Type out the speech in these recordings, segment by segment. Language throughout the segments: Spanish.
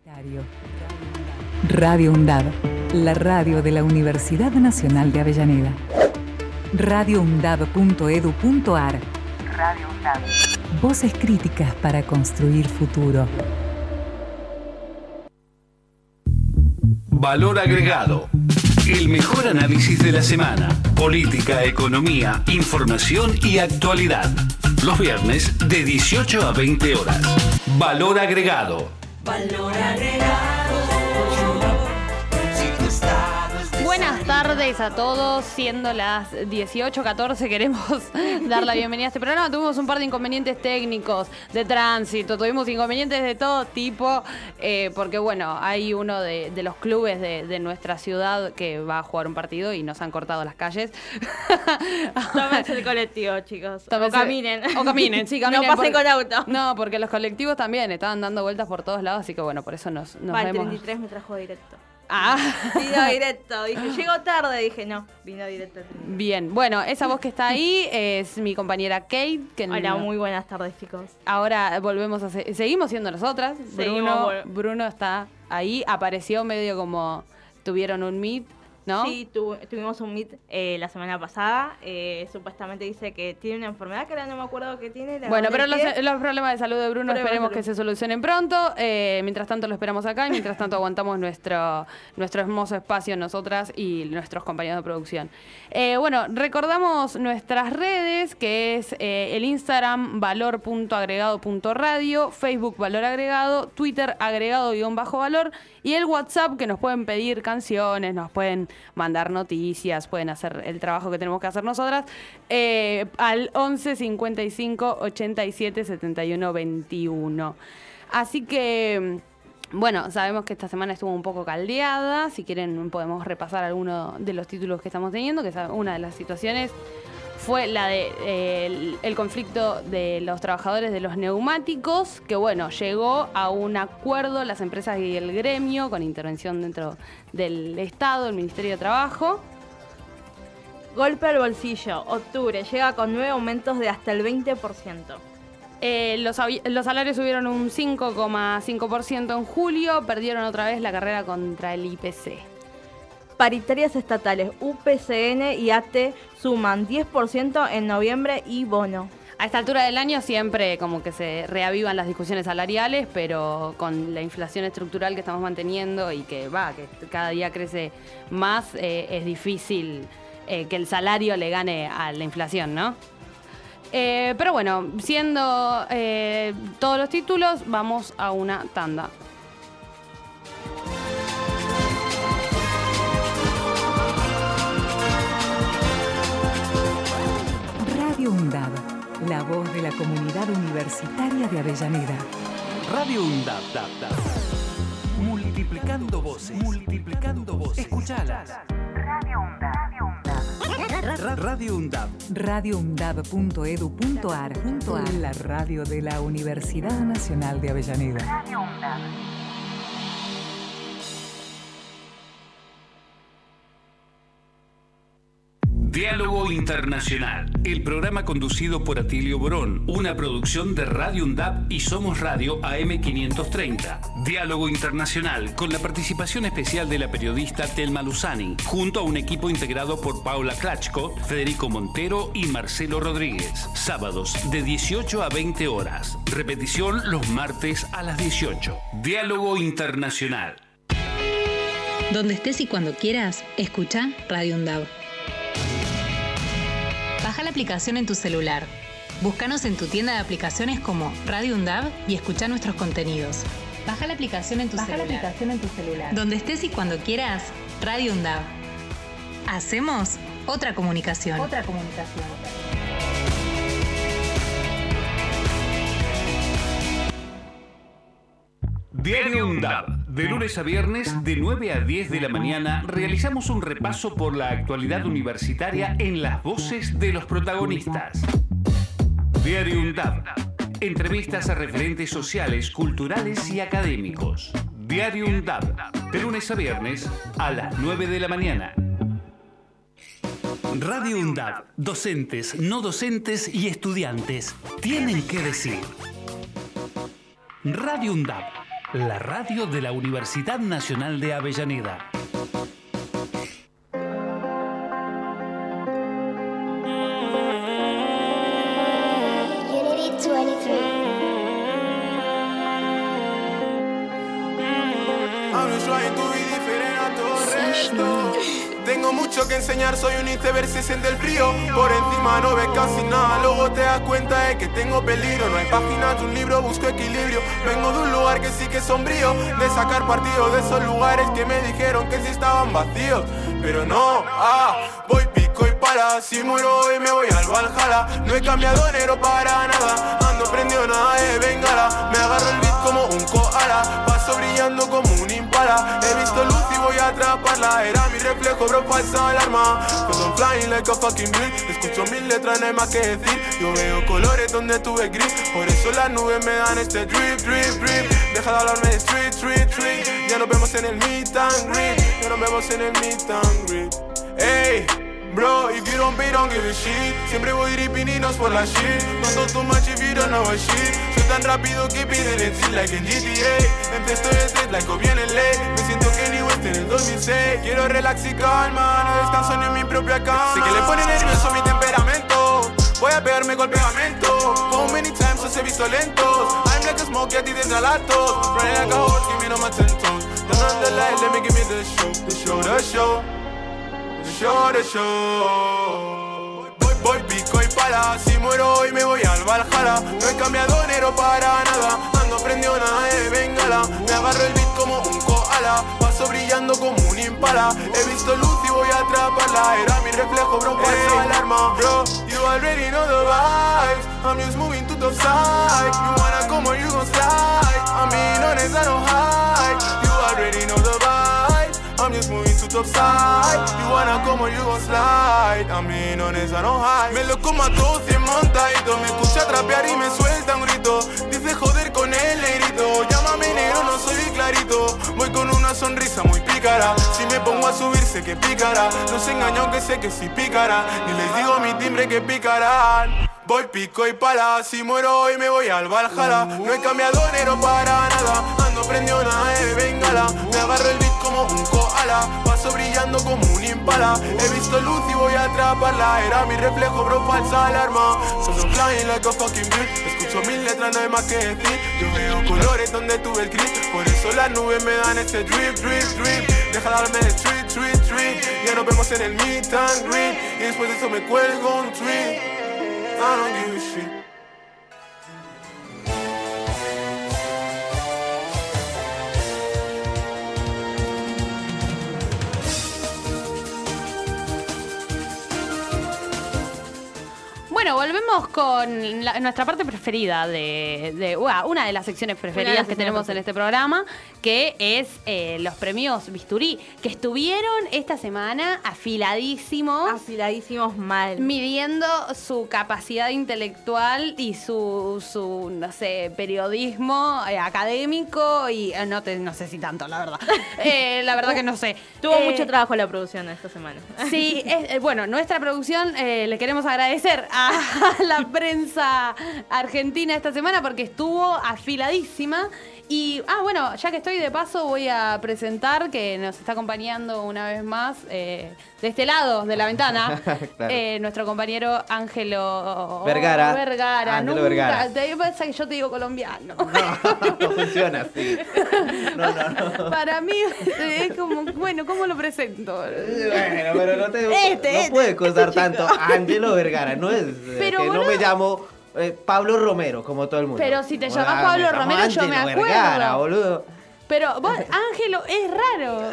Radio UNDAB, la radio de la Universidad Nacional de Avellaneda. radioundab.edu.ar. Radio UNDAB. Voces críticas para construir futuro. Valor agregado. El mejor análisis de la semana. Política, economía, información y actualidad. Los viernes de 18 a 20 horas. Valor agregado. Valor agregado. Buenas tardes a todos, siendo las 18:14 queremos dar la bienvenida a este programa. Tuvimos un par de inconvenientes técnicos de tránsito, tuvimos inconvenientes de todo tipo, porque bueno, hay uno de los clubes de nuestra ciudad que va a jugar un partido y nos han cortado las calles. Tómense el colectivo, chicos. Tómense, o caminen, sí, caminen. No pasen con auto. No, porque los colectivos también estaban dando vueltas por todos lados, así que bueno, por eso nos el vemos. 33 me trajo directo. Ah. Vino directo. Dije, llego tarde. Dije, no, vino directo. Bien, bueno, esa voz que está ahí es mi compañera Kate. Hola, muy buenas tardes, chicos. Ahora volvemos a seguimos siendo nosotras. Bruno está ahí, apareció medio como tuvieron un meet, ¿no? Sí, tuvimos un meet la semana pasada. Supuestamente dice que tiene una enfermedad que ahora no me acuerdo qué tiene. Bueno, pero los problemas de salud de Bruno esperemos que se solucionen pronto. Mientras tanto lo esperamos acá y mientras tanto aguantamos nuestro hermoso espacio nosotras y nuestros compañeros de producción. Bueno, recordamos nuestras redes, que es el Instagram valor.agregado.radio, Facebook Valor Agregado, Twitter agregado_valor y el WhatsApp, que nos pueden pedir canciones, nos pueden mandar noticias, pueden hacer el trabajo que tenemos que hacer nosotras, al 11 55 87 71 21. Así que, bueno, sabemos que esta semana estuvo un poco caldeada. Si quieren podemos repasar alguno de los títulos que estamos teniendo, que es una de las situaciones fue la de el conflicto de los trabajadores de los neumáticos, que bueno, llegó a un acuerdo las empresas y el gremio con intervención dentro del Estado, el Ministerio de Trabajo. Golpe al bolsillo, octubre, llega con 9 aumentos de hasta el 20%. Los salarios subieron un 5,5% en julio, perdieron otra vez la carrera contra el IPC. Paritarias estatales, UPCN y AT suman 10% en noviembre y bono. A esta altura del año siempre como que se reavivan las discusiones salariales, pero con la inflación estructural que estamos manteniendo y que cada día crece más, es difícil que el salario le gane a la inflación, ¿no? Pero bueno, siendo todos los títulos, vamos a una tanda. Radio UNDAB, la voz de la comunidad universitaria de Avellaneda. Radio UNDAB. Multiplicando voces. Escuchalas. Radio UNDAB. Radio UNDAB. radioundab.edu.ar. La radio de la Universidad Nacional de Avellaneda. Radio UNDAB. Diálogo Internacional, el programa conducido por Atilio Borón, una producción de Radio UNDAB y Somos Radio AM530. Diálogo Internacional, con la participación especial de la periodista Telma Luzani, junto a un equipo integrado por Paula Klachko, Federico Montero y Marcelo Rodríguez. Sábados de 18 a 20 horas. Repetición los martes a las 18. Diálogo Internacional. Donde estés y cuando quieras, escucha Radio UNDAB. Baja la aplicación en tu celular. Búscanos en tu tienda de aplicaciones como Radio UNDAB y escucha nuestros contenidos. Baja la aplicación en tu celular. Donde estés y cuando quieras, Radio UNDAB. Hacemos otra comunicación. Diario UNDAB. De lunes a viernes, de 9 a 10 de la mañana, realizamos un repaso por la actualidad universitaria en las voces de los protagonistas. Diario UNDAB. Entrevistas a referentes sociales, culturales y académicos. Diario UNDAB. De lunes a viernes, a las 9 de la mañana. Radio UNDAB. Docentes, no docentes y estudiantes tienen que decir. Radio UNDAB. la radio de la Universidad Nacional de Avellaneda. Tengo mucho que enseñar, soy un iceberg, se siente el frío. Por encima no ves casi nada, luego te das cuenta de que tengo peligro. No hay páginas de un libro, busco equilibrio. Vengo de un lugar que sí que es sombrío, de sacar partido de esos lugares que me dijeron que sí estaban vacíos. Pero no, voy pico y pala. Si muero hoy me voy al Valhalla. No he cambiado enero para nada, ando prendido nada de bengala. Me agarro el beat como un koala, paso brillando como un impala. He visto luz y voy a atraparla, era mi reflejo, bro, falsa alarma. Cause I'm flying like a fucking bird. Escucho mil letras, no hay más que decir. Yo veo colores donde tuve gris, por eso las nubes me dan este drip, drip, drip. Deja de hablarme de street, street, street. Ya nos vemos en el meet and greet, ya nos vemos en el meet and greet. Ey, bro, if you don't pay, don't give a shit. Siempre voy dripping y no es por la shit. No talk too much if you don't know a shit. Soy tan rápido que piden el street like en GTA. Empiezo de street like bien en ley. Me siento Kenny West en el 2006. Quiero relax y calma, no descanso ni en mi propia cama. Sé que le pone nervioso mi temperamento, voy a pegarme con pegamento. How many times os he visto lentos? I'm like a smoke y a ti te entra la tos. Running like a horse, give me no más 10 toes. Turn on the light, let me give me the show. The show, the show. The show, the show. Voy pico y pala, si muero hoy me voy al Valhalla. No he cambiado enero para nada, ando prendido nada de bengala. Me agarro el beat como un koala, paso brillando como un impala. He visto luz y voy a atraparla, era mi reflejo, bro, falsa alarma. Bro, you already know the vibes, I'm just moving to the side. You wanna come or you gon' slide, I mean honest I don't hide. You already know the vibes, I'm just moving to top side. You wanna come or you gon' slide, I mean honest I don't hide. Me lo como a todos y montadito, me escucha trapear y me suelta un grito. Dice joder con el negrito, llámame negro, no soy clarito. Voy con una sonrisa muy pícara, si me pongo a subir sé que picará. No se engañó que sé que sí picará, ni les digo mi timbre que picarán. Voy pico y pala, si muero hoy me voy al Valhalla. No he cambiado enero para nada, ando prendido nada de bengala. Me agarro el beat como un koala, paso brillando como un impala. He visto luz y voy a atraparla, era mi reflejo, bro, falsa alarma. So I'm flying like a fucking bird. Escucho mil letras, no hay más que decir. Yo veo colores donde tuve el gris, por eso las nubes me dan este drip, drip, drip. Deja de darme de street, street, street. Ya nos vemos en el meet and greet, y después de eso me cuelgo un tweet. I don't give a shit. Bueno, volvemos con nuestra parte preferida una de las secciones preferidas que tenemos en este programa, que es los premios Bisturí, que estuvieron esta semana afiladísimos mal, midiendo su capacidad intelectual y su no sé, periodismo académico y no sé si tanto, la verdad. La verdad que no sé. Tuvo mucho trabajo la producción esta semana. Sí, bueno, nuestra producción le queremos agradecer a la prensa argentina esta semana porque estuvo afiladísima. Y, bueno, ya que estoy de paso voy a presentar que nos está acompañando una vez más de este lado de la ventana, claro. Nuestro compañero Ángelo Vergara. Ángelo Nunca, Vergara. Te pasa que yo te digo colombiano. No funciona así. No. Para mí es como, bueno, ¿cómo lo presento? Bueno, pero no puedes costar tanto Ángelo Vergara. No es pero, que no me llamo Pablo Romero, como todo el mundo. Pero si te llamas Pablo Romero, yo me acuerdo. Vergara, boludo. Pero vos, Ángelo, es raro.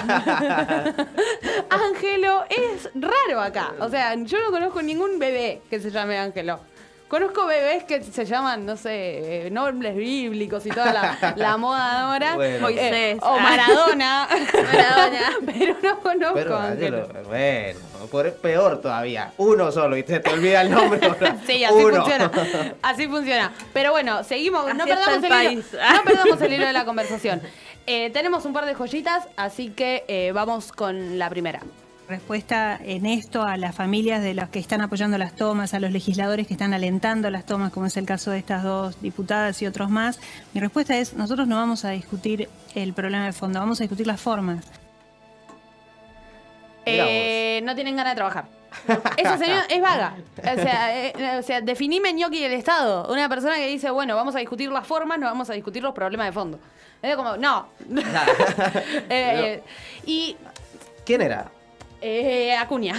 Ángelo es raro acá. O sea, yo no conozco ningún bebé que se llame Ángelo. Conozco bebés que se llaman, no sé, nombres bíblicos y toda la moda ahora. Bueno. Moisés. O Maradona. Pero no conozco. Pero, Ángelo. Bueno, peor todavía. Uno solo y te olvida el nombre. Sí, así funciona. Así funciona. Pero bueno, seguimos. No perdamos el hilo de la conversación. Tenemos un par de joyitas, así que vamos con la primera. respuesta en esto a las familias de los que están apoyando las tomas, a los legisladores que están alentando las tomas, como es el caso de estas 2 diputadas y otros más, mi respuesta es, nosotros no vamos a discutir el problema de fondo, vamos a discutir las formas. No tienen ganas de trabajar. Esa señora es vaga. O sea, definime ñoqui del Estado. Una persona que dice, bueno, vamos a discutir las formas, no vamos a discutir los problemas de fondo. Es como, no. Y ¿quién era? Acuña.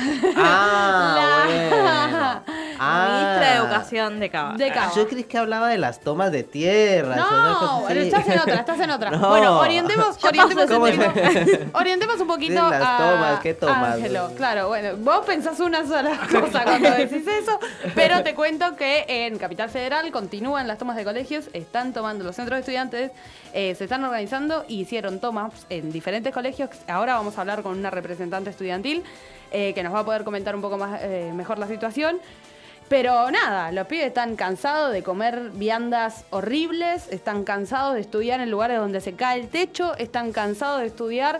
Ministra de Educación de Cava. Yo creí que hablaba de las tomas de tierra. No, estás en otra. No. Bueno, orientemos un poquito las tomas, ¿qué tomas? Ángelo. Claro, bueno, vos pensás una sola cosa cuando decís eso, pero te cuento que en Capital Federal continúan las tomas de colegios, están tomando los centros de estudiantes, se están organizando y hicieron tomas en diferentes colegios. Ahora vamos a hablar con una representante estudiantil que nos va a poder comentar un poco más mejor la situación. Pero nada, los pibes están cansados de comer viandas horribles, están cansados de estudiar en lugares donde se cae el techo, están cansados de estudiar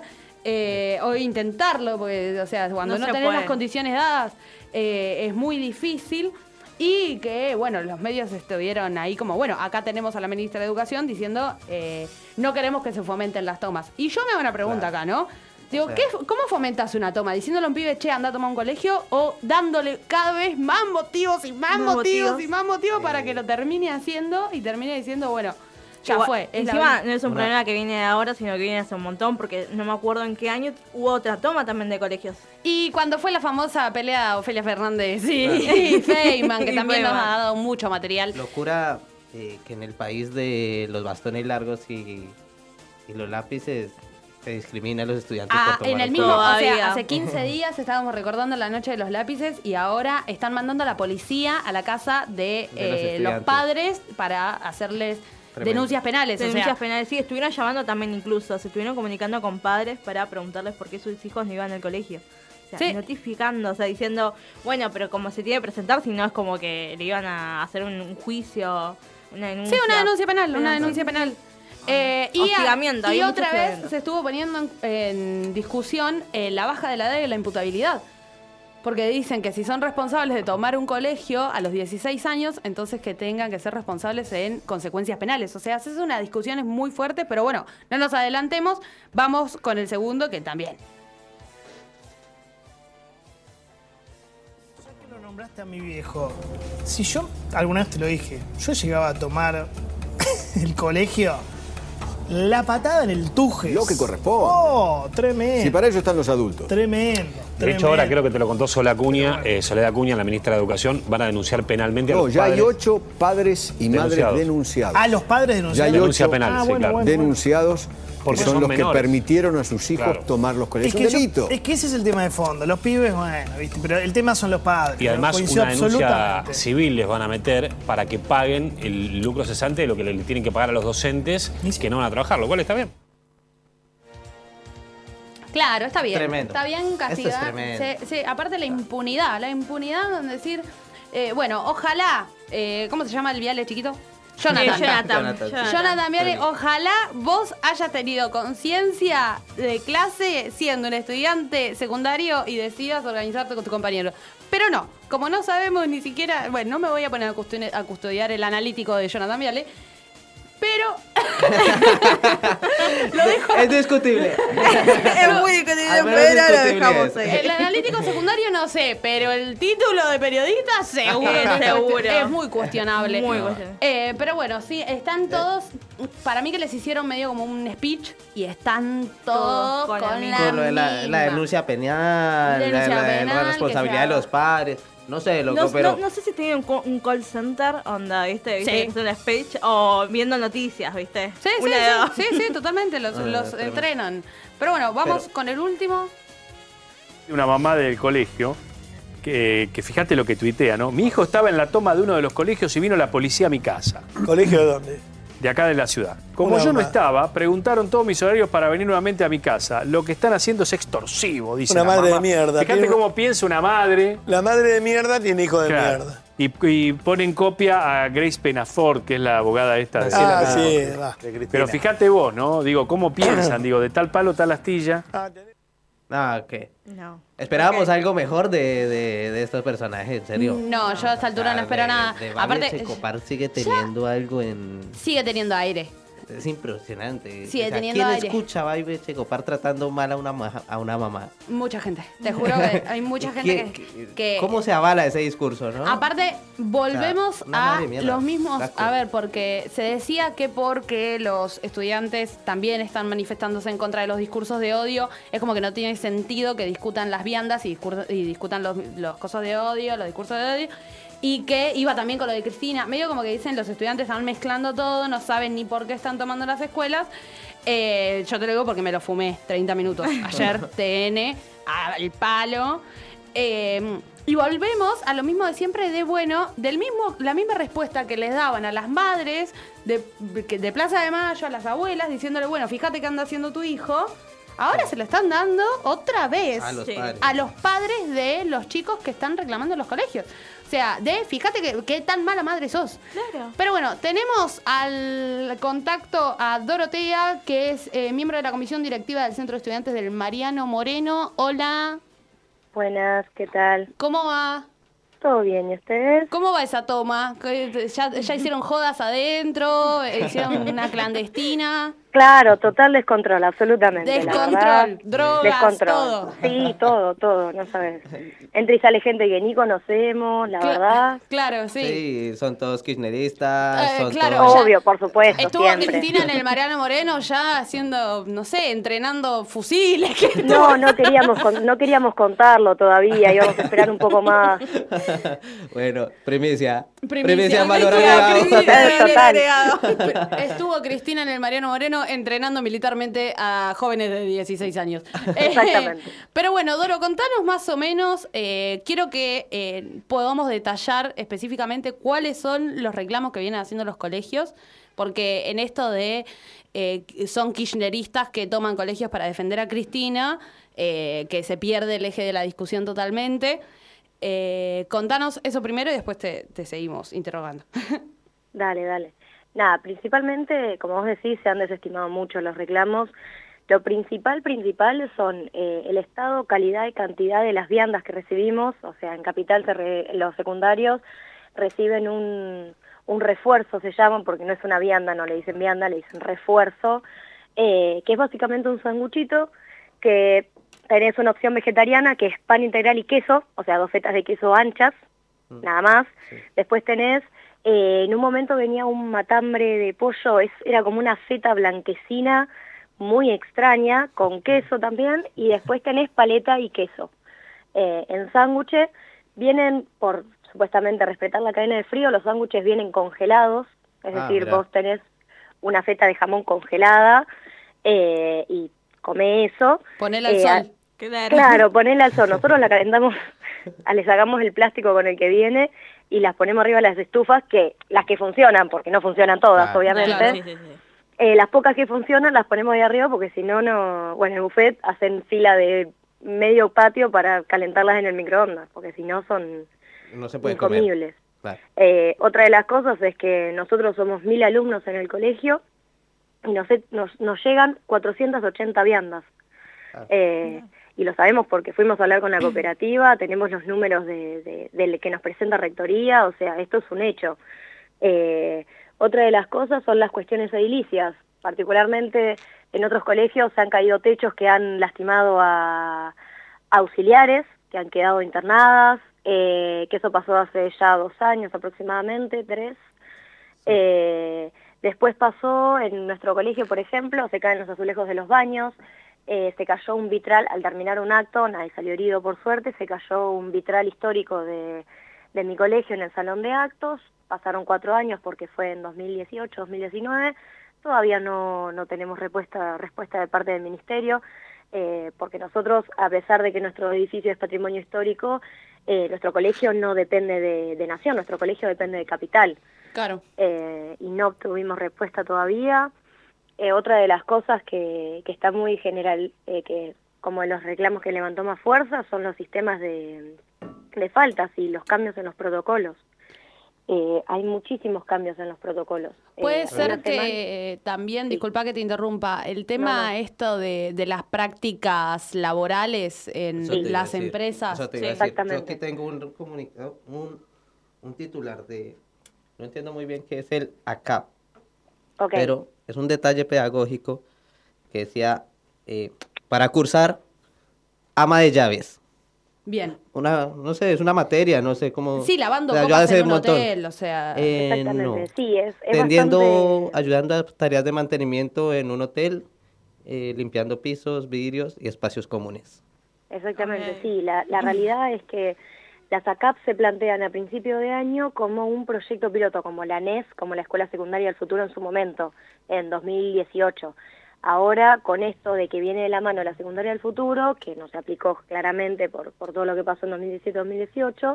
o intentarlo, porque, o sea, cuando no tenés las condiciones dadas es muy difícil. Y que, bueno, los medios estuvieron ahí como, bueno, acá tenemos a la ministra de Educación diciendo no queremos que se fomenten las tomas. Y yo me hago una pregunta acá, ¿no? Digo, ¿cómo fomentas una toma? ¿Diciéndole a un pibe, che, anda a tomar un colegio? ¿O dándole cada vez más motivos y más motivos y más motivos para que lo termine haciendo y termine diciendo, bueno, ya fue? Encima no es un problema que viene de ahora, sino que viene hace un montón, porque no me acuerdo en qué año hubo otra toma también de colegios. Y cuando fue la famosa pelea de Ofelia Fernández y Feynman, que también nos ha dado mucho material. Locura que en el país de los bastones largos y los lápices se discrimina a los estudiantes por tomar en el mismo, o sea, hace 15 días estábamos recordando la noche de los lápices y ahora están mandando a la policía a la casa de los padres para hacerles denuncias penales. Denuncias penales, sí, estuvieron llamando también incluso, se estuvieron comunicando con padres para preguntarles por qué sus hijos no iban al colegio. O sea, notificando, o sea, diciendo, bueno, pero como se tiene que presentar, si no es como que le iban a hacer un juicio, una denuncia. Sí, una denuncia penal. Hostigamiento. Y otra vez se estuvo poniendo en discusión la baja de la edad y la imputabilidad. Porque dicen que si son responsables de tomar un colegio a los 16 años, entonces que tengan que ser responsables en consecuencias penales. O sea, es una discusión muy fuerte, pero bueno, no nos adelantemos. Vamos con el segundo, que también. Ya que lo nombraste a mi viejo, si yo, alguna vez te lo dije, yo llegaba a tomar el colegio, la patada en el tuje. Lo que corresponde. Oh, tremendo. Si para eso están los adultos. Tremendo. De hecho, ahora creo que te lo contó Soledad Acuña, la ministra de Educación, van a denunciar penalmente a los padres. Ya hay 8 padres y madres denunciados. Ah, los padres denunciados. Ya hay 8 penal, claro. denunciados. Porque son los menores que permitieron a sus hijos tomar los colegios. Es un delito. Es que ese es el tema de fondo. Los pibes, bueno, ¿viste? Pero el tema son los padres. Y además una denuncia civil les van a meter para que paguen el lucro cesante de lo que le tienen que pagar a los docentes que no van a trabajar, lo cual está bien. Claro, está bien. Tremendo. Está bien castigar. Esto es tremendo. Sí, aparte la impunidad donde decir, bueno, ojalá, ¿cómo se llama el Viale chiquito? Jonathan Viale, ojalá vos hayas tenido conciencia de clase siendo un estudiante secundario y decidas organizarte con tu compañero. Pero no, como no sabemos ni siquiera, bueno, no me voy a poner a custodiar el analítico de Jonathan Viale, pero lo dejo. Es discutible. Es muy discutible, pero lo dejamos ahí. El analítico secundario no sé, pero el título de periodista seguro. Es muy cuestionable. Muy cuestionable. Pero bueno, sí, están todos. Para mí que les hicieron medio como un speech y están todos con la denuncia penal, la responsabilidad de los padres. No sé, loco, pero... No sé si tienen un call center, onda, ¿viste? Que es un speech o viendo noticias, ¿viste? Sí, totalmente, los entrenan. Pero bueno, vamos con el último. Una mamá del colegio, que fíjate lo que tuitea, ¿no? Mi hijo estaba en la toma de uno de los colegios y vino la policía a mi casa. ¿Colegio de dónde? De acá de la ciudad. Como yo no estaba, preguntaron todos mis horarios para venir nuevamente a mi casa. Lo que están haciendo es extorsivo, dice una madre de mierda. Fíjate cómo piensa una madre. La madre de mierda tiene hijo de mierda. Y ponen copia a Grace Penafort, que es la abogada esta. De Pero fíjate vos, ¿no? Digo, ¿cómo piensan? Digo, de tal palo, tal astilla. No, ¿qué? No. Esperábamos algo mejor de estos personajes, en serio. No, yo a esta altura no espero nada. Aparte, Checopar sigue teniendo algo en... Sigue teniendo aire. Es impresionante. Sigue teniendo ¿quién aire. escucha a Vive Checopar tratando mal a una mamá? Mucha gente. Te juro que hay mucha gente que... ¿Cómo se avala ese discurso, no? Aparte, volvemos a los mismos... Saco. A ver, porque se decía que porque los estudiantes también están manifestándose en contra de los discursos de odio, es como que no tiene sentido que discutan las viandas y discutan los cosas de odio, los discursos de odio. Y que iba también con lo de Cristina. Medio como que dicen, los estudiantes están mezclando todo, no saben ni por qué están tomando las escuelas. Yo te lo digo porque me lo fumé 30 minutos. Ayer, TN, al palo. Y volvemos a lo mismo de siempre, la misma respuesta que les daban a las madres de Plaza de Mayo, a las abuelas, diciéndole, bueno, fíjate qué anda haciendo tu hijo. Ahora se lo están dando otra vez a los padres de los chicos que están reclamando en los colegios. O sea, fíjate qué tan mala madre sos. Claro. Pero bueno, tenemos al contacto a Dorotea, que es miembro de la comisión directiva del Centro de Estudiantes del Mariano Moreno. Hola. Buenas, ¿qué tal? ¿Cómo va? Todo bien, ¿y ustedes? ¿Cómo va esa toma? ¿Ya hicieron jodas adentro? ¿Hicieron una clandestina? Claro, total descontrol, absolutamente. Descontrol, drogas, descontrol. todo. Sí, todo, no sabes. Entra y sale gente que ni conocemos, la verdad. Claro, sí. Sí, son todos kirchneristas, son claro, todos... Obvio, por supuesto, Estuvo siempre. Cristina en el Mariano Moreno ya haciendo, no sé, entrenando fusiles. No queríamos contarlo todavía, íbamos a esperar un poco más. Bueno, primicia valor agregado. Estuvo Cristina en el Mariano Moreno entrenando militarmente a jóvenes de 16 años. Exactamente. Pero bueno, Doro, contanos más o menos, quiero que podamos detallar específicamente cuáles son los reclamos que vienen haciendo los colegios, porque en esto de son kirchneristas que toman colegios para defender a Cristina, que se pierde el eje de la discusión totalmente. Contanos eso primero y después te seguimos interrogando. Dale. Nada, principalmente, como vos decís, se han desestimado mucho los reclamos. Lo principal son el estado, calidad y cantidad de las viandas que recibimos. O sea, en Capital los secundarios reciben un refuerzo, se llaman, porque no es una vianda, no le dicen vianda, le dicen refuerzo, que es básicamente un sanguchito que tenés una opción vegetariana que es pan integral y queso, o sea, 2 fetas de queso anchas, nada más. Sí. Después tenés, en un momento venía un matambre de pollo, era como una feta blanquecina muy extraña, con queso también, y después tenés paleta y queso. En sándwiches vienen, por supuestamente respetar la cadena de frío, los sándwiches vienen congelados, es decir, mirá, vos tenés una feta de jamón congelada y comé eso. Ponela al sol. Claro, ponela al sol. Nosotros la calentamos, le sacamos el plástico con el que viene y las ponemos arriba de las estufas, las que funcionan, porque no funcionan todas, obviamente. Claro, sí. Las pocas que funcionan las ponemos ahí arriba porque si no, bueno, el buffet hacen fila de medio patio para calentarlas en el microondas, porque si no son incomibles. Claro. Otra de las cosas es que nosotros somos 1000 alumnos en el colegio y nos llegan 480 viandas. Y lo sabemos porque fuimos a hablar con la cooperativa, tenemos los números de que nos presenta Rectoría, o sea, esto es un hecho. Otra de las cosas son las cuestiones edilicias, particularmente en otros colegios se han caído techos que han lastimado a auxiliares, que han quedado internadas, que eso pasó hace ya 2 años aproximadamente, 3. Después pasó en nuestro colegio, por ejemplo, se caen los azulejos de los baños, se cayó un vitral al terminar un acto, nadie salió herido por suerte, se cayó un vitral histórico de mi colegio en el salón de actos, pasaron 4 años porque fue en 2018, 2019, todavía no tenemos respuesta de parte del ministerio, porque nosotros, a pesar de que nuestro edificio es patrimonio histórico, nuestro colegio no depende de Nación, nuestro colegio depende de Capital. Claro. Y no obtuvimos respuesta todavía. Otra de las cosas que está muy general, que como los reclamos que levantó más fuerza, son los sistemas de faltas y los cambios en los protocolos. hay muchísimos cambios en los protocolos. Puede ser que también, disculpa que te interrumpa, el tema esto de las prácticas laborales en las empresas. Exactamente. Yo aquí tengo un titular de, no entiendo muy bien qué es el ACAP, pero es un detalle pedagógico que decía, para cursar ama de llaves. Bien. No sé, es una materia, no sé cómo... Sí, lavando copas en un hotel, o sea... Exactamente, no. sí, es ayudando a tareas de mantenimiento en un hotel, limpiando pisos, vidrios y espacios comunes. Exactamente, sí. La realidad es que las ACAP se plantean a principio de año como un proyecto piloto, como la NES, como la Escuela Secundaria del Futuro en su momento, en 2018. Ahora, con esto de que viene de la mano la secundaria del futuro, que no se aplicó claramente por todo lo que pasó en 2017-2018,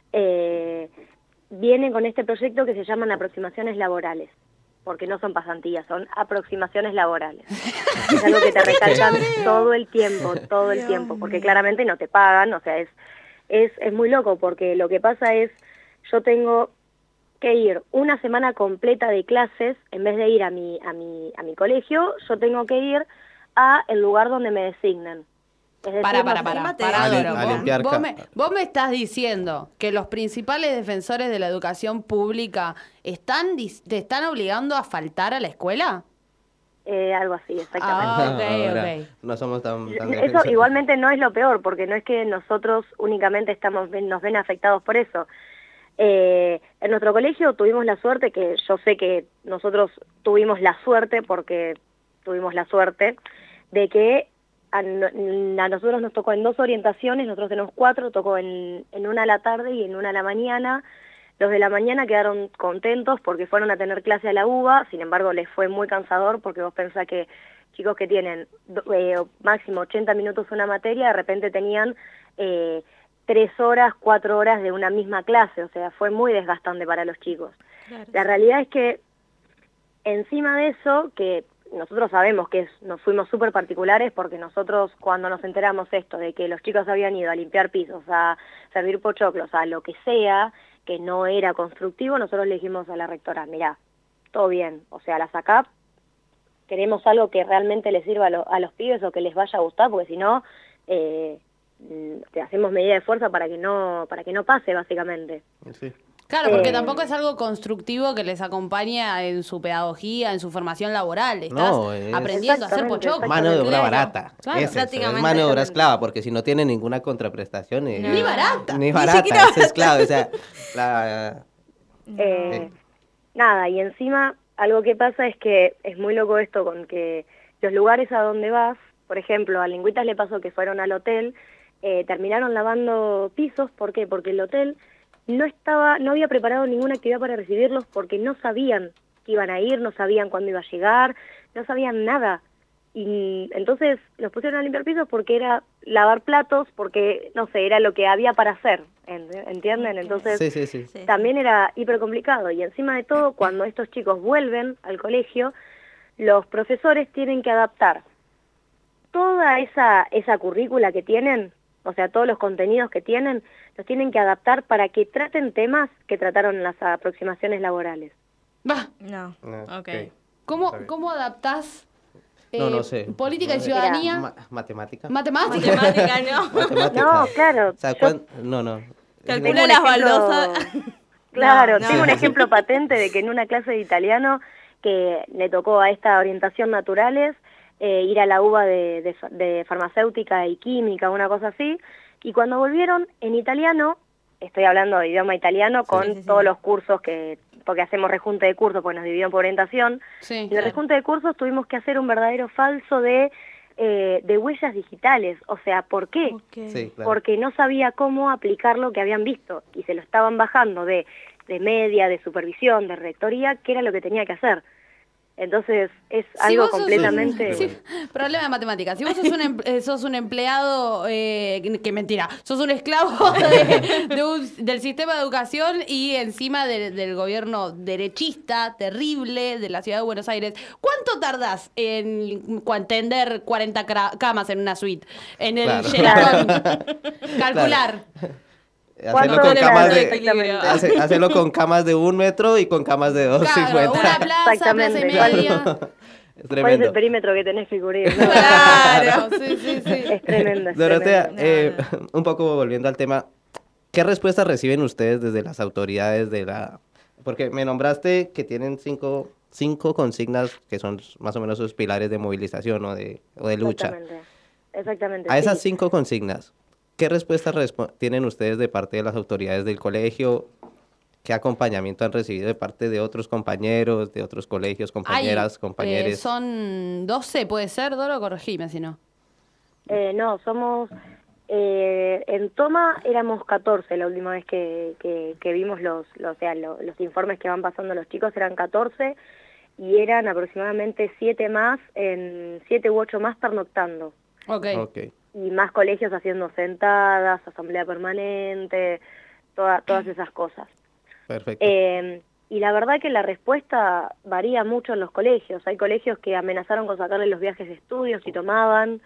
viene con este proyecto que se llaman aproximaciones laborales, porque no son pasantías, son aproximaciones laborales. Es algo que te recalcan todo el tiempo, porque claramente no te pagan, o sea, es muy loco, porque lo que pasa es, yo tengo que ir una semana completa de clases, en vez de ir a mi colegio, yo tengo que ir a el lugar donde me designan. Es decir, vos me estás diciendo que los principales defensores de la educación pública te están obligando a faltar a la escuela. Algo así, exactamente. No somos tan eso igualmente no es lo peor, porque no es que nosotros únicamente nos ven afectados por eso. En nuestro colegio tuvimos la suerte, que yo sé que nosotros tuvimos la suerte, porque tuvimos la suerte, de que a nosotros nos tocó en 2 orientaciones, nosotros tenemos 4, tocó en una a la tarde y en una a la mañana. Los de la mañana quedaron contentos porque fueron a tener clase a la UBA, sin embargo les fue muy cansador porque vos pensás que chicos que tienen máximo 80 minutos una materia, de repente tenían 3 horas, 4 horas de una misma clase, o sea, fue muy desgastante para los chicos. Claro. La realidad es que encima de eso, que nosotros sabemos que nos fuimos súper particulares, porque nosotros cuando nos enteramos esto de que los chicos habían ido a limpiar pisos, a servir pochoclos, a lo que sea, que no era constructivo, nosotros le dijimos a la rectora, mirá, todo bien, o sea, las ACAP queremos algo que realmente les sirva a los pibes o que les vaya a gustar, porque si no, te hacemos medida de fuerza para que no pase, básicamente. Sí. Claro, porque tampoco es algo constructivo que les acompaña en su pedagogía, en su formación laboral. Estás aprendiendo a hacer pochoclos. Mano de obra barata. Claro, es mano de obra esclava, porque si no tiene ninguna contraprestación. Ni barata. Ni barata, es esclava. O sea, nada, y encima algo que pasa es que es muy loco esto con que los lugares a donde vas, por ejemplo, a Lingüitas le pasó que fueron al hotel, terminaron lavando pisos. ¿Por qué? Porque el hotel no había preparado ninguna actividad para recibirlos, porque no sabían que iban a ir, no sabían cuándo iba a llegar, no sabían nada. Y entonces los pusieron a limpiar pisos porque era lavar platos, porque, no sé, era lo que había para hacer, ¿entienden? Entonces sí. También era hiper complicado. Y encima de todo, cuando estos chicos vuelven al colegio, los profesores tienen que adaptar toda esa currícula que tienen, o sea, todos los contenidos que tienen, los tienen que adaptar para que traten temas que trataron en las aproximaciones laborales. No. Okay. ¿Cómo adaptás no sé. política y ciudadanía? Matemática. Matemática, no. Matemática. No, claro. O sea, no. Calcula las baldosas. Claro, tengo un ejemplo patente de que en una clase de italiano que le tocó a esta orientación naturales, ir a la UBA de farmacéutica y química, una cosa así, y cuando volvieron en italiano, estoy hablando de idioma italiano con todos los cursos porque hacemos rejunte de cursos, porque nos dividieron por orientación, en el rejunte de cursos tuvimos que hacer un verdadero falso de huellas digitales. O sea, ¿por qué? Sí, claro. Porque no sabía cómo aplicar lo que habían visto, y se lo estaban bajando de media, de supervisión, de rectoría, que era lo que tenía que hacer. Entonces es algo completamente... Problema de matemáticas. Si vos sos un empleado, que mentira, sos un esclavo del sistema de educación y encima del gobierno derechista, terrible, de la ciudad de Buenos Aires, ¿cuánto tardás en tender 40 camas en una suite? En el Sheraton. Calcular. Hacerlo con camas de 1 metro y con camas de 2,50. Claro, una plaza y media. Es tremendo. ¿Cuál es el perímetro que tenés que cubrir? ¿No? Claro, sí. Es tremendo. Dorotea, un poco volviendo al tema, ¿qué respuestas reciben ustedes desde las autoridades de la...? Porque me nombraste que tienen cinco consignas que son más o menos sus pilares de movilización o de lucha. Exactamente. A esas 5 consignas, ¿qué respuestas tienen ustedes de parte de las autoridades del colegio? ¿Qué acompañamiento han recibido de parte de otros compañeros, de otros colegios, compañeras, compañeros? Son 12, ¿puede ser, Doro? Corregime si no. No, somos... en toma éramos 14 la última vez que vimos los informes que van pasando los chicos, eran 14 y eran aproximadamente 7 u 8 más pernoctando. Okay. Y más colegios haciendo sentadas, asamblea permanente, todas esas cosas. Perfecto. Y la verdad que la respuesta varía mucho en los colegios. Hay colegios que amenazaron con sacarle los viajes de estudio si tomaban.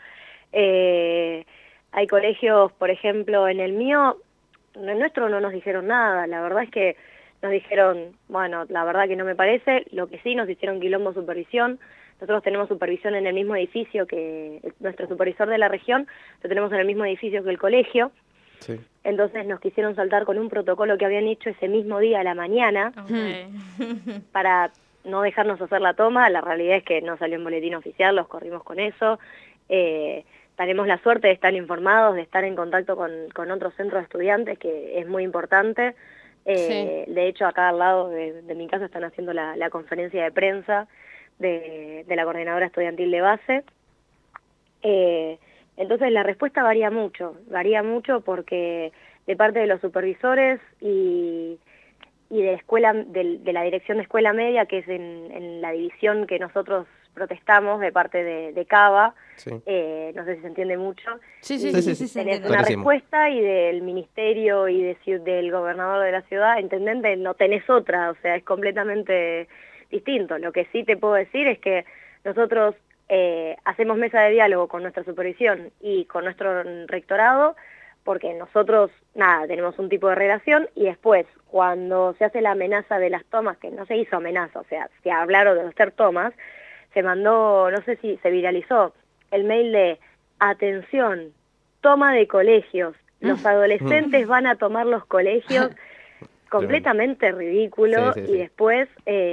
Hay colegios, por ejemplo, en el mío, en el nuestro no nos dijeron nada. La verdad es que nos dijeron, bueno, la verdad que no me parece. Lo que sí, nos hicieron quilombo supervisión. Nosotros tenemos supervisión en el mismo edificio que nuestro supervisor de la región, lo tenemos en el mismo edificio que el colegio. Sí. Entonces nos quisieron saltar con un protocolo que habían hecho ese mismo día a la mañana para no dejarnos hacer la toma. La realidad es que no salió en boletín oficial, los corrimos con eso. Tenemos la suerte de estar informados, de estar en contacto con otros centros de estudiantes, que es muy importante. De hecho, acá al lado de mi casa están haciendo la conferencia de prensa de la coordinadora estudiantil de base. Entonces la respuesta varía mucho porque de parte de los supervisores y de la escuela, de la dirección de escuela media, que es en la división que nosotros protestamos de parte de Cava, no sé si se entiende mucho. Sí, tenés una respuesta, y del ministerio y del gobernador de la ciudad, intendente, no tenés otra, o sea, es completamente distinto. Lo que sí te puedo decir es que nosotros hacemos mesa de diálogo con nuestra supervisión y con nuestro rectorado, porque nosotros, tenemos un tipo de relación, y después, cuando se hace la amenaza de las tomas, que no se hizo amenaza, o sea, se hablaron de hacer tomas, se mandó, no sé si se viralizó, el mail de atención, toma de colegios, los adolescentes van a tomar los colegios, completamente ridículo, y después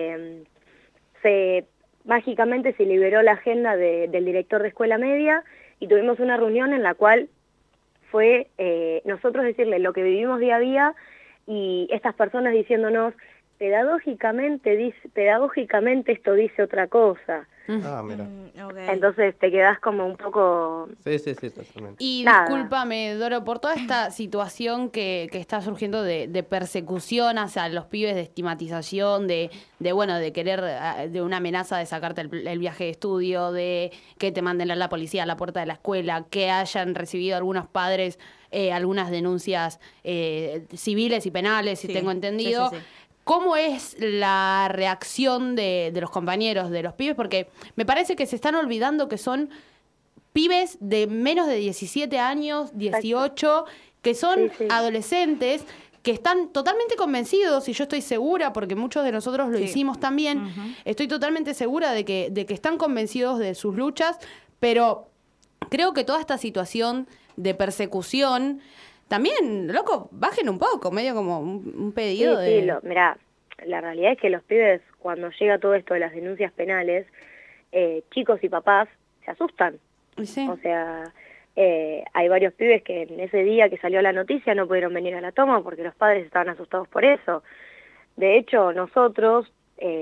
mágicamente se liberó la agenda del director de escuela media y tuvimos una reunión en la cual fue nosotros decirle lo que vivimos día a día y estas personas diciéndonos pedagógicamente esto dice otra cosa. Mira. Entonces te quedás como un poco... Sí, totalmente. Y discúlpame, Doro, por toda esta situación que está surgiendo de persecución hacia los pibes, de estigmatización, de querer, de una amenaza de sacarte el viaje de estudio, de que te manden a la policía a la puerta de la escuela, que hayan recibido algunos padres algunas denuncias civiles y penales, si tengo entendido. Sí. ¿Cómo es la reacción de los compañeros, de los pibes? Porque me parece que se están olvidando que son pibes de menos de 17 años, 18, que son adolescentes, que están totalmente convencidos, y yo estoy segura, porque muchos de nosotros lo hicimos también, estoy totalmente segura de que están convencidos de sus luchas, pero creo que toda esta situación de persecución... También, loco, bajen un poco, medio como un pedido de... Mirá, la realidad es que los pibes, cuando llega todo esto de las denuncias penales, chicos y papás se asustan. Sí. O sea, hay varios pibes que en ese día que salió la noticia no pudieron venir a la toma porque los padres estaban asustados por eso. De hecho, nosotros,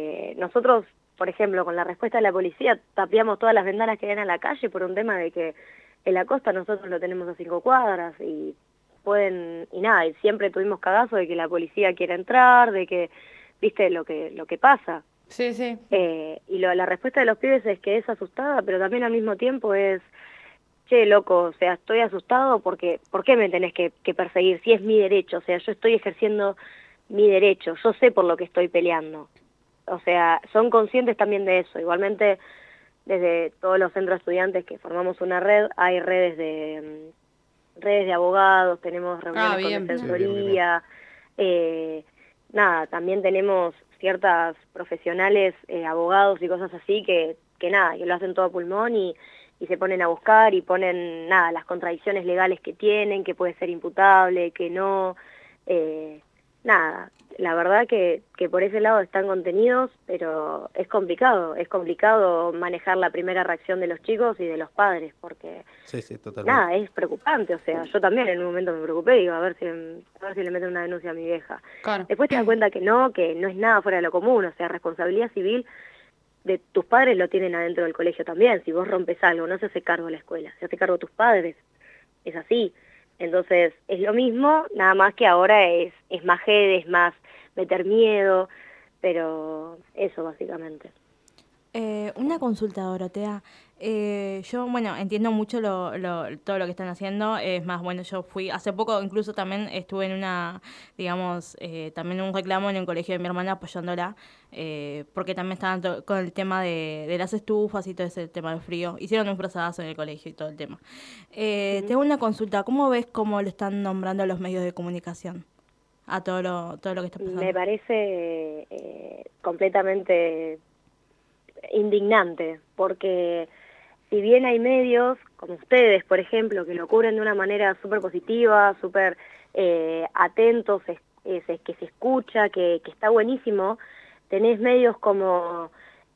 por ejemplo, con la respuesta de la policía, tapiamos todas las ventanas que ven a la calle por un tema de que en la costa nosotros lo tenemos a 5 cuadras y... y siempre tuvimos cagazo de que la policía quiera entrar, de que, viste, lo que pasa. Sí. Y la respuesta de los pibes es que es asustada, pero también al mismo tiempo es, che, loco, o sea, estoy asustado porque, ¿por qué me tenés que perseguir? Si es mi derecho, o sea, yo estoy ejerciendo mi derecho, yo sé por lo que estoy peleando. O sea, son conscientes también de eso. Igualmente, desde todos los centros de estudiantes que formamos una red, hay redes de redes de abogados, tenemos reuniones con defensoría, nada, también tenemos ciertas profesionales, abogados y cosas así que nada, que lo hacen todo a pulmón y se ponen a buscar y ponen, nada, las contradicciones legales que tienen, que puede ser imputable, que no, nada, la verdad que por ese lado están contenidos, pero es complicado manejar la primera reacción de los chicos y de los padres, porque sí, totalmente. Nada, es preocupante, o sea, yo también en un momento me preocupé, digo, a ver si le meten una denuncia a mi vieja. Claro. Después te das cuenta que no es nada fuera de lo común, o sea, responsabilidad civil de tus padres lo tienen adentro del colegio también. Si vos rompes algo, no se hace cargo la escuela, se hace cargo tus padres, es así. Entonces, es lo mismo, nada más que ahora es más jede, es más meter miedo, pero eso básicamente. Una consulta, Dorotea. Yo, bueno, entiendo mucho todo lo que están haciendo. Es más, bueno, yo fui, hace poco incluso también estuve en una, digamos, también un reclamo en un colegio de mi hermana apoyándola, porque también estaban con el tema de las estufas y todo ese tema del frío. Hicieron un frasadazo en el colegio y todo el tema. Tengo una consulta. ¿Cómo ves cómo lo están nombrando los medios de comunicación a todo lo que está pasando? Me parece completamente indignante, porque si bien hay medios como ustedes, por ejemplo, que lo cubren de una manera súper positiva, súper atentos, que se escucha, que está buenísimo, tenés medios como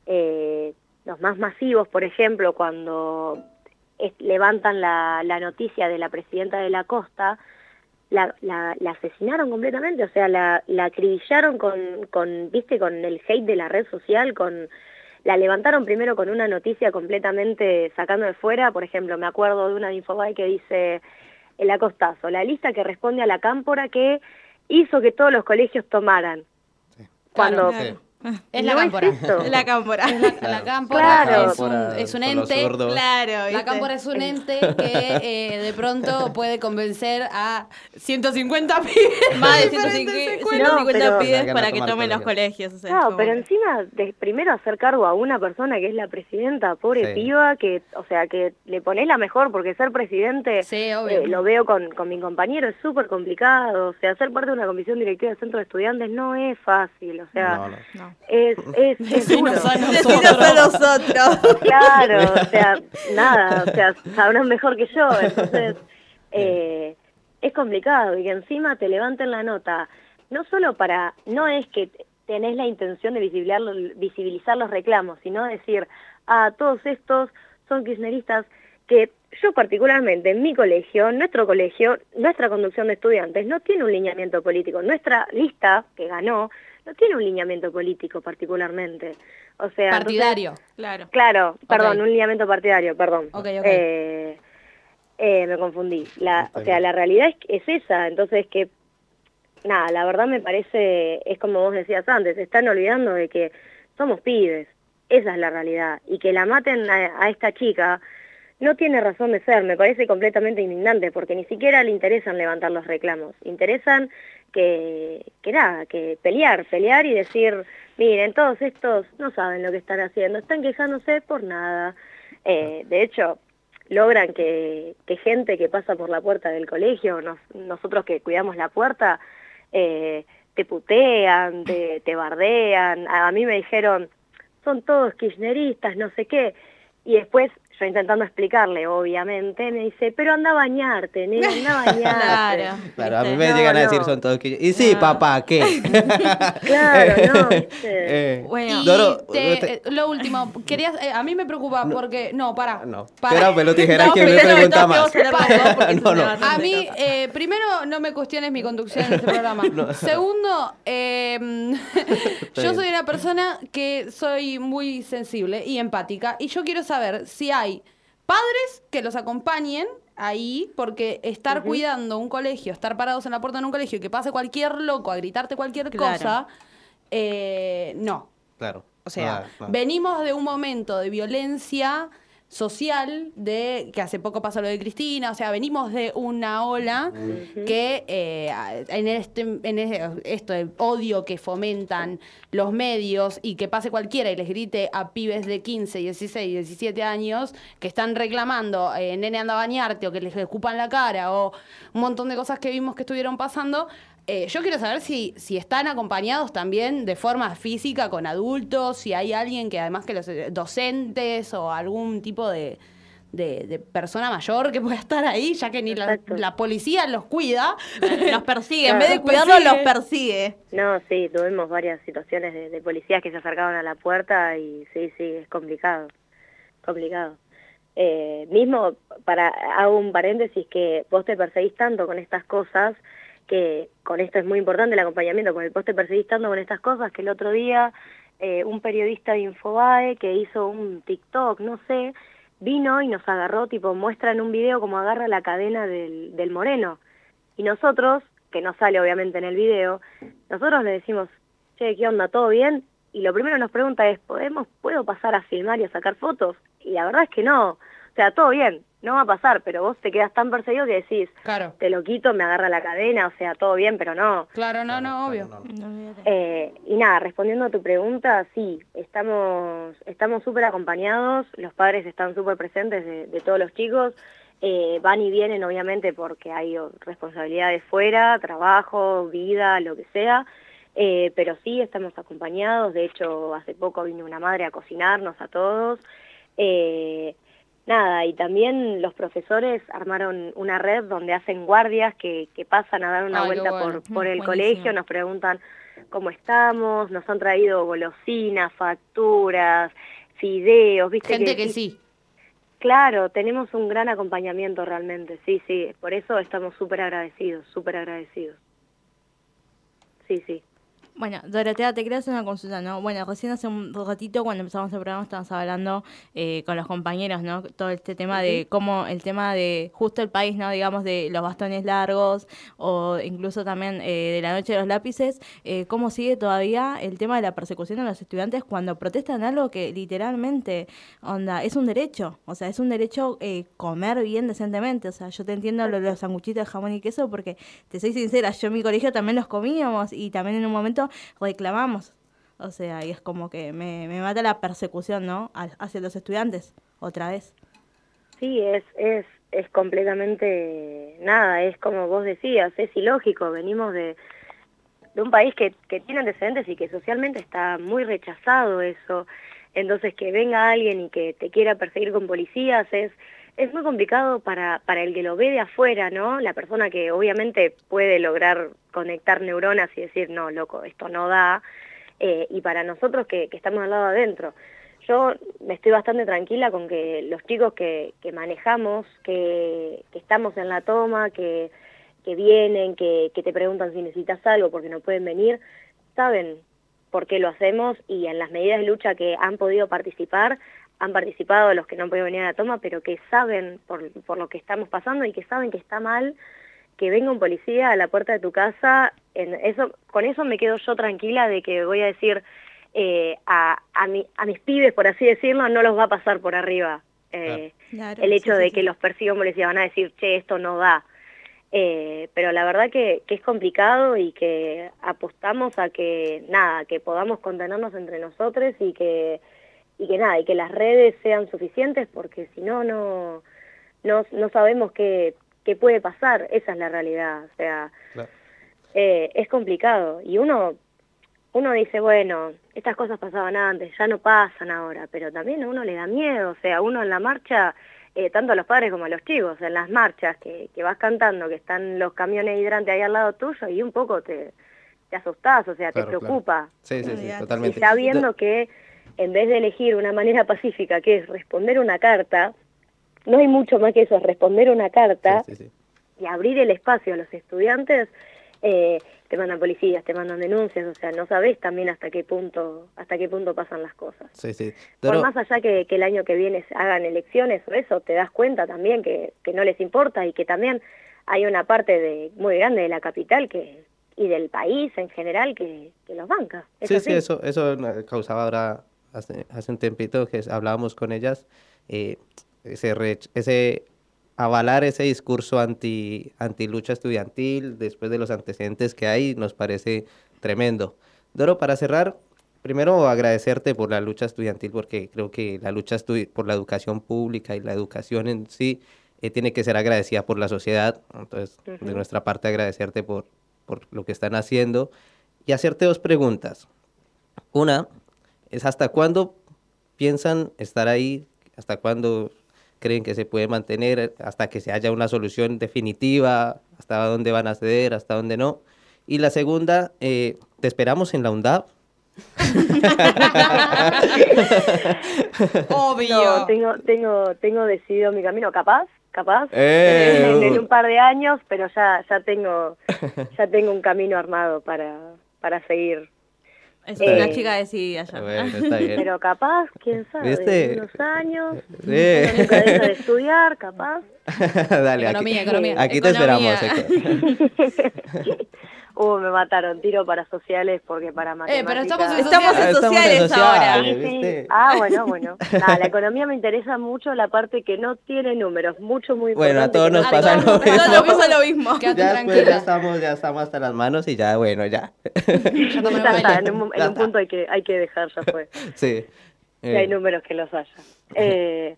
los más masivos, por ejemplo, cuando levantan la noticia de la presidenta de la Costa, la asesinaron completamente, o sea, la acribillaron con el hate de la red social, la levantaron primero con una noticia completamente sacando de fuera. Por ejemplo, me acuerdo de una de Infobae que dice el acostazo, la lista que responde a la cámpora que hizo que todos los colegios tomaran. Sí. Cuando claro. Es la cámpora. Es la cámpora. La cámpora claro. es un ente. Claro, la cámpora es un ente que de pronto puede convencer a 150 pibes. Más de 150 pibes para que tomen los colegios. O sea, no, pero encima, primero hacer cargo a una persona que es la presidenta, pobre piba, que le ponés la mejor, porque ser presidente, lo veo con mi compañero, es súper complicado. O sea, ser parte de una comisión directiva del centro de estudiantes no es fácil, o sea... No. Es duro. a nosotros. Claro, o sea, nada, o sea, sabrán mejor que yo, entonces es complicado, y que encima te levanten la nota, no es que tenés la intención de visibilizar los reclamos, sino decir, todos estos son kirchneristas, que yo particularmente en mi colegio, nuestro colegio, nuestra conducción de estudiantes no tiene un lineamiento político, nuestra lista que ganó no tiene un lineamiento político particularmente. O sea, partidario. Entonces, claro, perdón, un lineamiento partidario, perdón. Okay. Me confundí. O sea, la realidad es esa, entonces que, nada, la verdad me parece, es como vos decías antes, se están olvidando de que somos pibes, esa es la realidad, y que la maten a esta chica no tiene razón de ser, me parece completamente indignante, porque ni siquiera le interesan levantar los reclamos, interesan que pelear y decir, miren, todos estos no saben lo que están haciendo, están quejándose por nada. De hecho, logran que gente que pasa por la puerta del colegio, nosotros que cuidamos la puerta, te putean, te bardean. A mí me dijeron, son todos kirchneristas, no sé qué, y después yo intentando explicarle, obviamente, me dice, pero anda a bañarte, nena, anda a bañarte. Claro, a mí me llegan a decir, son todos que... Y sí, papá, ¿qué? Claro, no, bueno, Doro, lo último, querías, a mí me preocupa porque... No, para. Pero me lo tijera que me pregunta más. A mí, primero, no me cuestiones mi conducción en este programa. Segundo, yo soy una persona que soy muy sensible y empática, y yo quiero saber si hay padres que los acompañen ahí, porque estar cuidando un colegio, estar parados en la puerta de un colegio y que pase cualquier loco a gritarte cualquier cosa, no. Claro. O sea, venimos de un momento de violencia social de que hace poco pasó lo de Cristina, o sea, venimos de una ola que en esto de odio que fomentan los medios y que pase cualquiera y les grite a pibes de 15, 16, 17 años que están reclamando nene anda a bañarte o que les escupan la cara o un montón de cosas que vimos que estuvieron pasando. Yo quiero saber si están acompañados también de forma física con adultos, si hay alguien que además que los docentes o algún tipo de persona mayor que pueda estar ahí, ya que ni la policía los cuida. Los persigue, en vez de cuidarlos, los persigue. No, sí, tuvimos varias situaciones de policías que se acercaban a la puerta y sí, es complicado. Mismo, hago un paréntesis, que vos te perseguís tanto con estas cosas, que con esto es muy importante el acompañamiento, con el vos te perseguís tanto con estas cosas, que el otro día un periodista de Infobae que hizo un TikTok, no sé, vino y nos agarró, tipo, muestra en un video cómo agarra la cadena del Moreno. Y nosotros, que no sale obviamente en el video, nosotros le decimos, che, ¿qué onda? ¿Todo bien? Y lo primero que nos pregunta es, ¿puedo pasar a filmar y a sacar fotos? Y la verdad es que no. O sea, todo bien, no va a pasar, pero vos te quedas tan perseguido que decís, claro, te lo quito, me agarra la cadena, o sea, todo bien, pero no. Claro, no, obvio. Y nada, respondiendo a tu pregunta, sí, estamos súper acompañados, los padres están súper presentes de todos los chicos, van y vienen obviamente porque hay responsabilidades fuera, trabajo, vida, lo que sea, pero sí estamos acompañados. De hecho, hace poco vino una madre a cocinarnos a todos. Nada, y también los profesores armaron una red donde hacen guardias que pasan a dar una vuelta por el colegio, nos preguntan cómo estamos, nos han traído golosinas, facturas, fideos, ¿viste? Gente que sí. Claro, tenemos un gran acompañamiento realmente, sí, por eso estamos súper agradecidos. Sí. Bueno, Dorotea, te quería hacer una consulta, ¿no? Bueno, recién hace un ratito cuando empezamos el programa estábamos hablando con los compañeros, ¿no? Todo este tema de cómo el tema de justo el país, ¿no? Digamos de los bastones largos o incluso también de la noche de los lápices, cómo sigue todavía el tema de la persecución de los estudiantes cuando protestan algo que literalmente, es un derecho, o sea, es un derecho comer bien decentemente, o sea, yo te entiendo los sanguchitos de jamón y queso porque, te soy sincera, yo en mi colegio también los comíamos y también en un momento reclamamos, o sea, y es como que me mata la persecución, ¿no? Hacia los estudiantes, otra vez. Sí, es completamente nada, es como vos decías, es ilógico, venimos de un país que tiene antecedentes y que socialmente está muy rechazado eso, entonces que venga alguien y que te quiera perseguir con policías es muy complicado para el que lo ve de afuera, ¿no? La persona que obviamente puede lograr conectar neuronas y decir, no, loco, esto no da, y para nosotros que estamos al lado adentro. Yo estoy bastante tranquila con que los chicos que manejamos, que estamos en la toma, que vienen, que te preguntan si necesitas algo porque no pueden venir, saben por qué lo hacemos y en las medidas de lucha que han podido participar, han participado los que no han podido venir a la toma, pero que saben por lo que estamos pasando y que saben que está mal que venga un policía a la puerta de tu casa. Con eso me quedo yo tranquila de que voy a decir a mis pibes, por así decirlo, no los va a pasar por arriba. Claro, el hecho de que los persiga un policía, van a decir, che, esto no da. Pero la verdad que es complicado y que apostamos a que podamos contenernos entre nosotros y que las redes sean suficientes, porque si no sabemos qué puede pasar. Esa es la realidad, o sea, claro. Es complicado y uno dice, bueno, estas cosas pasaban antes, ya no pasan ahora, pero también a uno le da miedo, o sea, uno en la marcha, tanto a los padres como a los chicos, en las marchas que vas cantando, que están los camiones hidrantes ahí al lado tuyo y un poco te asustás, o sea, claro, te preocupa. Claro. Sí, totalmente. Y ya viendo que en vez de elegir una manera pacífica, que es responder una carta, no hay mucho más que eso, es responder una carta y abrir el espacio a los estudiantes, te mandan policías, te mandan denuncias, o sea, no sabés también hasta qué punto pasan las cosas. Sí. Por más allá que el año que viene hagan elecciones o eso, te das cuenta también que no les importa y que también hay una parte muy grande de la capital y del país en general que los banca. Sí, eso causaba ahora hace un tempito que hablábamos con ellas avalar ese discurso anti lucha estudiantil después de los antecedentes que hay nos parece tremendo. Doro, para cerrar, primero agradecerte por la lucha estudiantil, porque creo que la lucha por la educación pública y la educación en sí tiene que ser agradecida por la sociedad. Entonces, de nuestra parte, agradecerte por lo que están haciendo y hacerte 2 preguntas. Una es, ¿hasta cuándo piensan estar ahí? ¿Hasta cuándo creen que se puede mantener? ¿Hasta que se haya una solución definitiva? ¿Hasta dónde van a ceder? ¿Hasta dónde no? Y la segunda, ¿te esperamos en la UNDAB? Obvio. No, tengo decidido mi camino, capaz en un par de años, pero ya tengo un camino armado para seguir. Es una chica decidida ya. Bueno, está bien. Pero capaz, quién sabe, ¿viste? en unos años, uno nunca deja de estudiar, capaz. Dale, economía. Aquí te esperamos. Me mataron, tiro para sociales porque para matemáticas... pero estamos en sociales ahora. Sí. Bueno. La economía me interesa mucho la parte que no tiene números, muy importante. Bueno, a todos nos pasa lo mismo. Ya después ya estamos hasta las manos y ya, bueno, ya. En un punto hay que dejar, ya fue. Sí. Si hay números que los haya.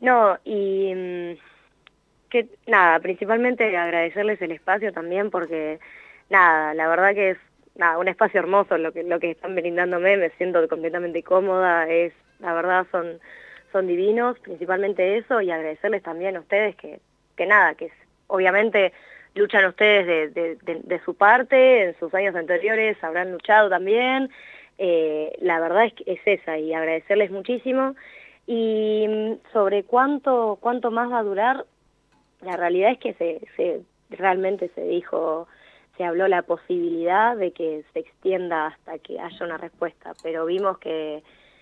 Principalmente agradecerles el espacio también porque... la verdad que es un espacio hermoso lo que están brindándome, me siento completamente cómoda, la verdad son divinos, principalmente eso, y agradecerles también a ustedes que obviamente luchan ustedes de su parte, en sus años anteriores habrán luchado también, la verdad es esa, y agradecerles muchísimo. Y sobre cuánto más va a durar, la realidad es que realmente se habló la posibilidad de que se extienda hasta que haya una respuesta, pero vimos que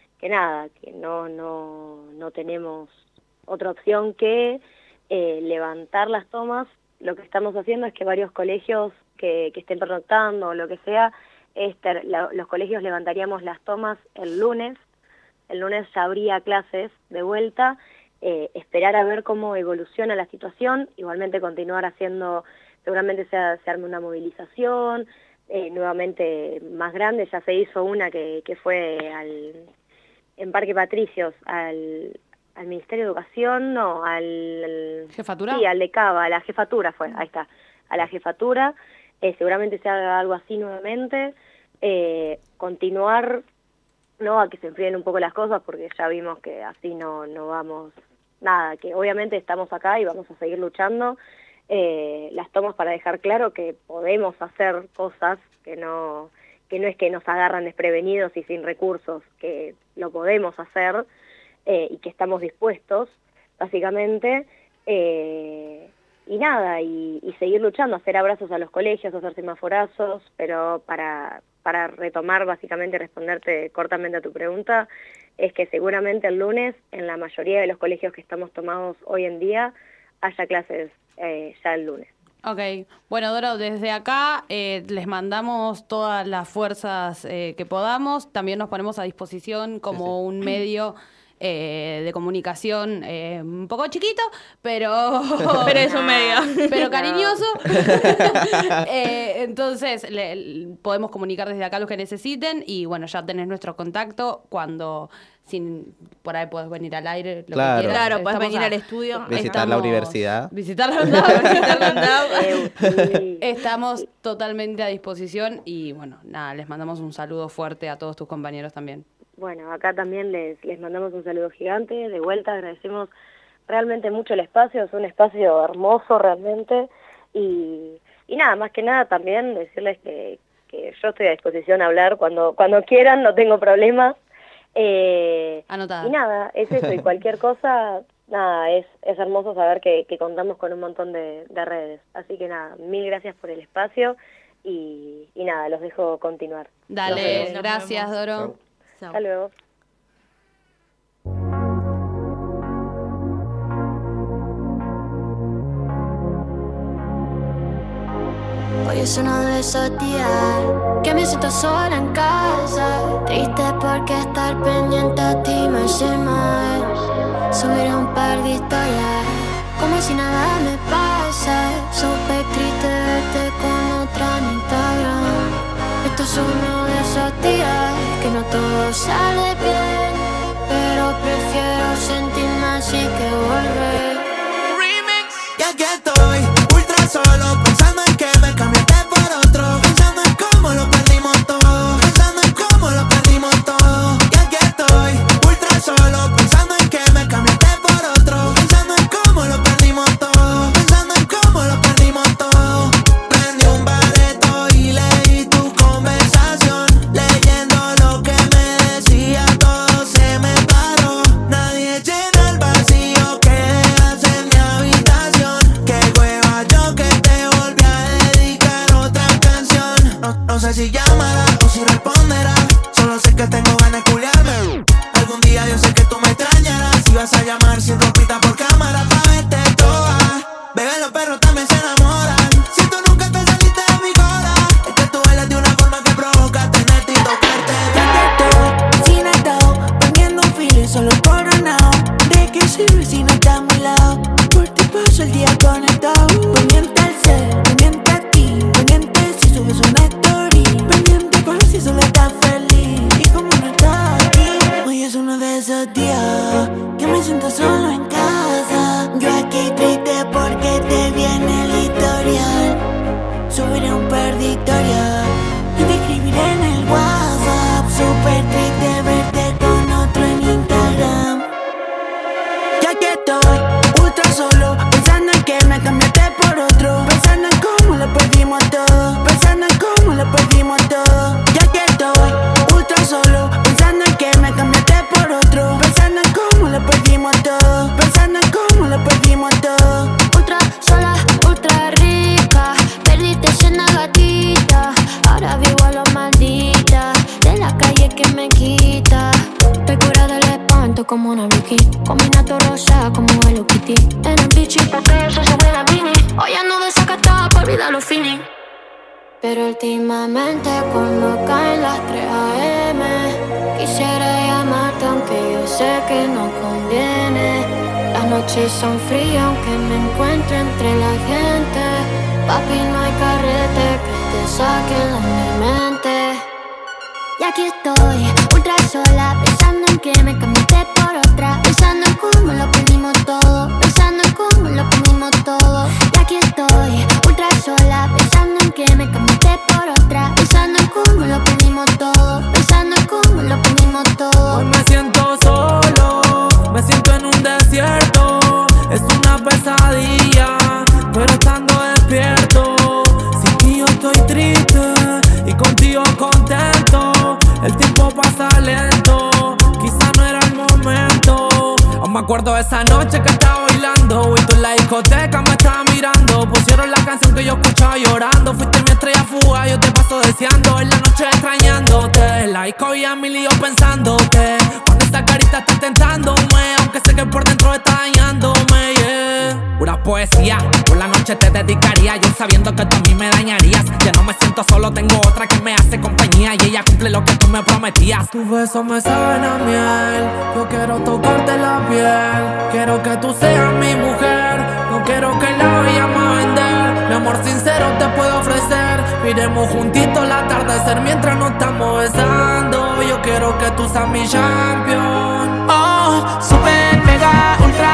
no tenemos otra opción que levantar las tomas. Lo que estamos haciendo es que varios colegios que estén pernoctando o lo que sea, los colegios levantaríamos las tomas el lunes ya habría clases de vuelta, esperar a ver cómo evoluciona la situación, igualmente continuar haciendo... Seguramente se arme una movilización nuevamente más grande. Ya se hizo una que fue en Parque Patricios al Ministerio de Educación, ¿Jefatura? Sí, al de Cava, a la jefatura fue, ahí está, a la jefatura. Seguramente se haga algo así nuevamente. Continuar, a que se enfríen un poco las cosas, porque ya vimos que así no vamos, que obviamente estamos acá y vamos a seguir luchando. Las tomas para dejar claro que podemos hacer cosas, que no es que nos agarran desprevenidos y sin recursos, que lo podemos hacer y que estamos dispuestos, básicamente, y seguir luchando, hacer abrazos a los colegios, hacer semaforazos, pero para retomar, básicamente, responderte cortamente a tu pregunta, es que seguramente el lunes, en la mayoría de los colegios que estamos tomados hoy en día, haya clases ya el lunes. Ok. Bueno, Doro, desde acá les mandamos todas las fuerzas que podamos. También nos ponemos a disposición como un medio de comunicación un poco chiquito, pero es un medio. Pero cariñoso. Entonces, podemos comunicar desde acá los que necesiten y, bueno, ya tenés nuestro contacto cuando... por ahí podés venir al aire, lo que quieras. Claro, podés venir al estudio. Visitar la universidad. Visitar la UNDAB. Estamos totalmente a disposición y, bueno, les mandamos un saludo fuerte a todos tus compañeros también. Bueno, acá también les mandamos un saludo gigante. De vuelta agradecemos realmente mucho el espacio, es un espacio hermoso realmente. Y más que nada también decirles que yo estoy a disposición a hablar cuando quieran, no tengo problemas. Anotada. Y es eso, y cualquier cosa, es hermoso saber que contamos con un montón de redes. Así que mil gracias por el espacio y los dejo continuar. Dale, gracias, Doro. Hasta luego. Hoy es uno de esos días que me siento sola en casa, triste porque estar pendiente a ti me hace mal. Subiré un par de historias como si nada me pasa. Súper triste verte con otra en Instagram. Esto es uno de esos días que no todo sale bien, pero prefiero sentirme así que volver. Remix. Y aquí estoy, ultra solo, pensando en que me cambiaste por otro, pensando en cómo lo perdimos todo, pensando en cómo lo perdimos todo. Y aquí estoy, ultra solo, pensando en que me cambiaste por otro, pensando en cómo lo perdimos todo, pensando en cómo lo perdimos todo. Prendí un bareto y leí tu conversación, leyendo lo que me decía, todo se me paró. Nadie llena el vacío que dejas en mi habitación. Qué hueva yo que te volví a dedicar otra canción. No sé si llamará o si responderá, solo sé que tengo ganas de culiarme. Algún día yo sé que tú me extrañarás y vas a llamar sin ropita por cámara pa' verte toda. Bebé, los perros también se enamoran. Si tú nunca te saliste de mi cola, es que tú bailas de una forma que provoca tenerte y tocarte. Ya te estoy sin atado, poniendo un filo y solo coronado. ¿De qué sirve si no está a mi lado? Por ti paso el día conectado. Pendiente al ser, pendiente a ti, pendiente si subes una story, pendiente por si solo estás feliz y como no estás aquí. Hoy es uno de esos días que me siento solo en casa. Yo aquí triste porque te viene el historial. Subiré un par de historias y te escribiré en el WhatsApp. Súper triste verte con otro en Instagram. Y aquí estoy, ultra solo, pensando en que me cambiaste por otro, pensando en cómo lo perdimos todo, pensando en cómo lo perdimos todo. Y aquí estoy, ultra solo, pensando en que me cambiaste por otro, pensando en cómo lo perdimos todo, pensando en cómo lo perdimos todo. Ultra sola, ultra rica, perdiste siendo gatita. Ahora vivo a lo maldita, de la calle que me quita. Te cura del espanto como una Vicky, combina rosa como Hello Kitty. En el bichi porque yo soy sobre la mini. Hoy ando desacatada por olvidar los feeling. Pero últimamente cuando caen las 3 AM quisiera llamarte aunque yo sé que no conviene. Las noches son frías aunque me encuentre entre la gente. Papi, no hay carrete que te saque de mi mente. Y aquí estoy, ultra sola, pensando en que me cambiaste por otra, pensando en cómo lo perdimos todo, pensando en cómo lo perdimos todo. Y aquí estoy, ultra sola, pensando en que me cambiaste por otra, pensando en cómo lo perdimos todo, pensando en cómo lo perdimos todo. Hoy me siento solo, me siento en un desierto, es una pesadilla, pero estando despierto. Sin ti yo estoy triste y contigo contento. El tiempo pasa lento, quizá no era el momento. Aún me acuerdo de esa noche que estaba bailando y tú en la discoteca me estabas mirando. Pusieron la canción que yo escuchaba llorando. Fuiste mi estrella fuga, yo te paso deseando. En la noche extrañándote, en la disco y a mi lío pensándote. Cuando esa carita está tentándome, aunque sé que por dentro está dañándome, yeah. Pura poesía, por la noche te dedicaría, yo sabiendo que tú a mí me dañarías. Ya no me siento solo, tengo otra que me hace compañía y ella cumple lo que tú me prometías. Tus besos me saben a miel, yo quiero tocarte la piel. Quiero que tú seas mi mujer, no quiero que la vayamos a vender. Mi amor sincero te puedo ofrecer, miremos juntitos el atardecer mientras nos estamos besando. Yo quiero que tú seas mi champion. Oh, super mega ultra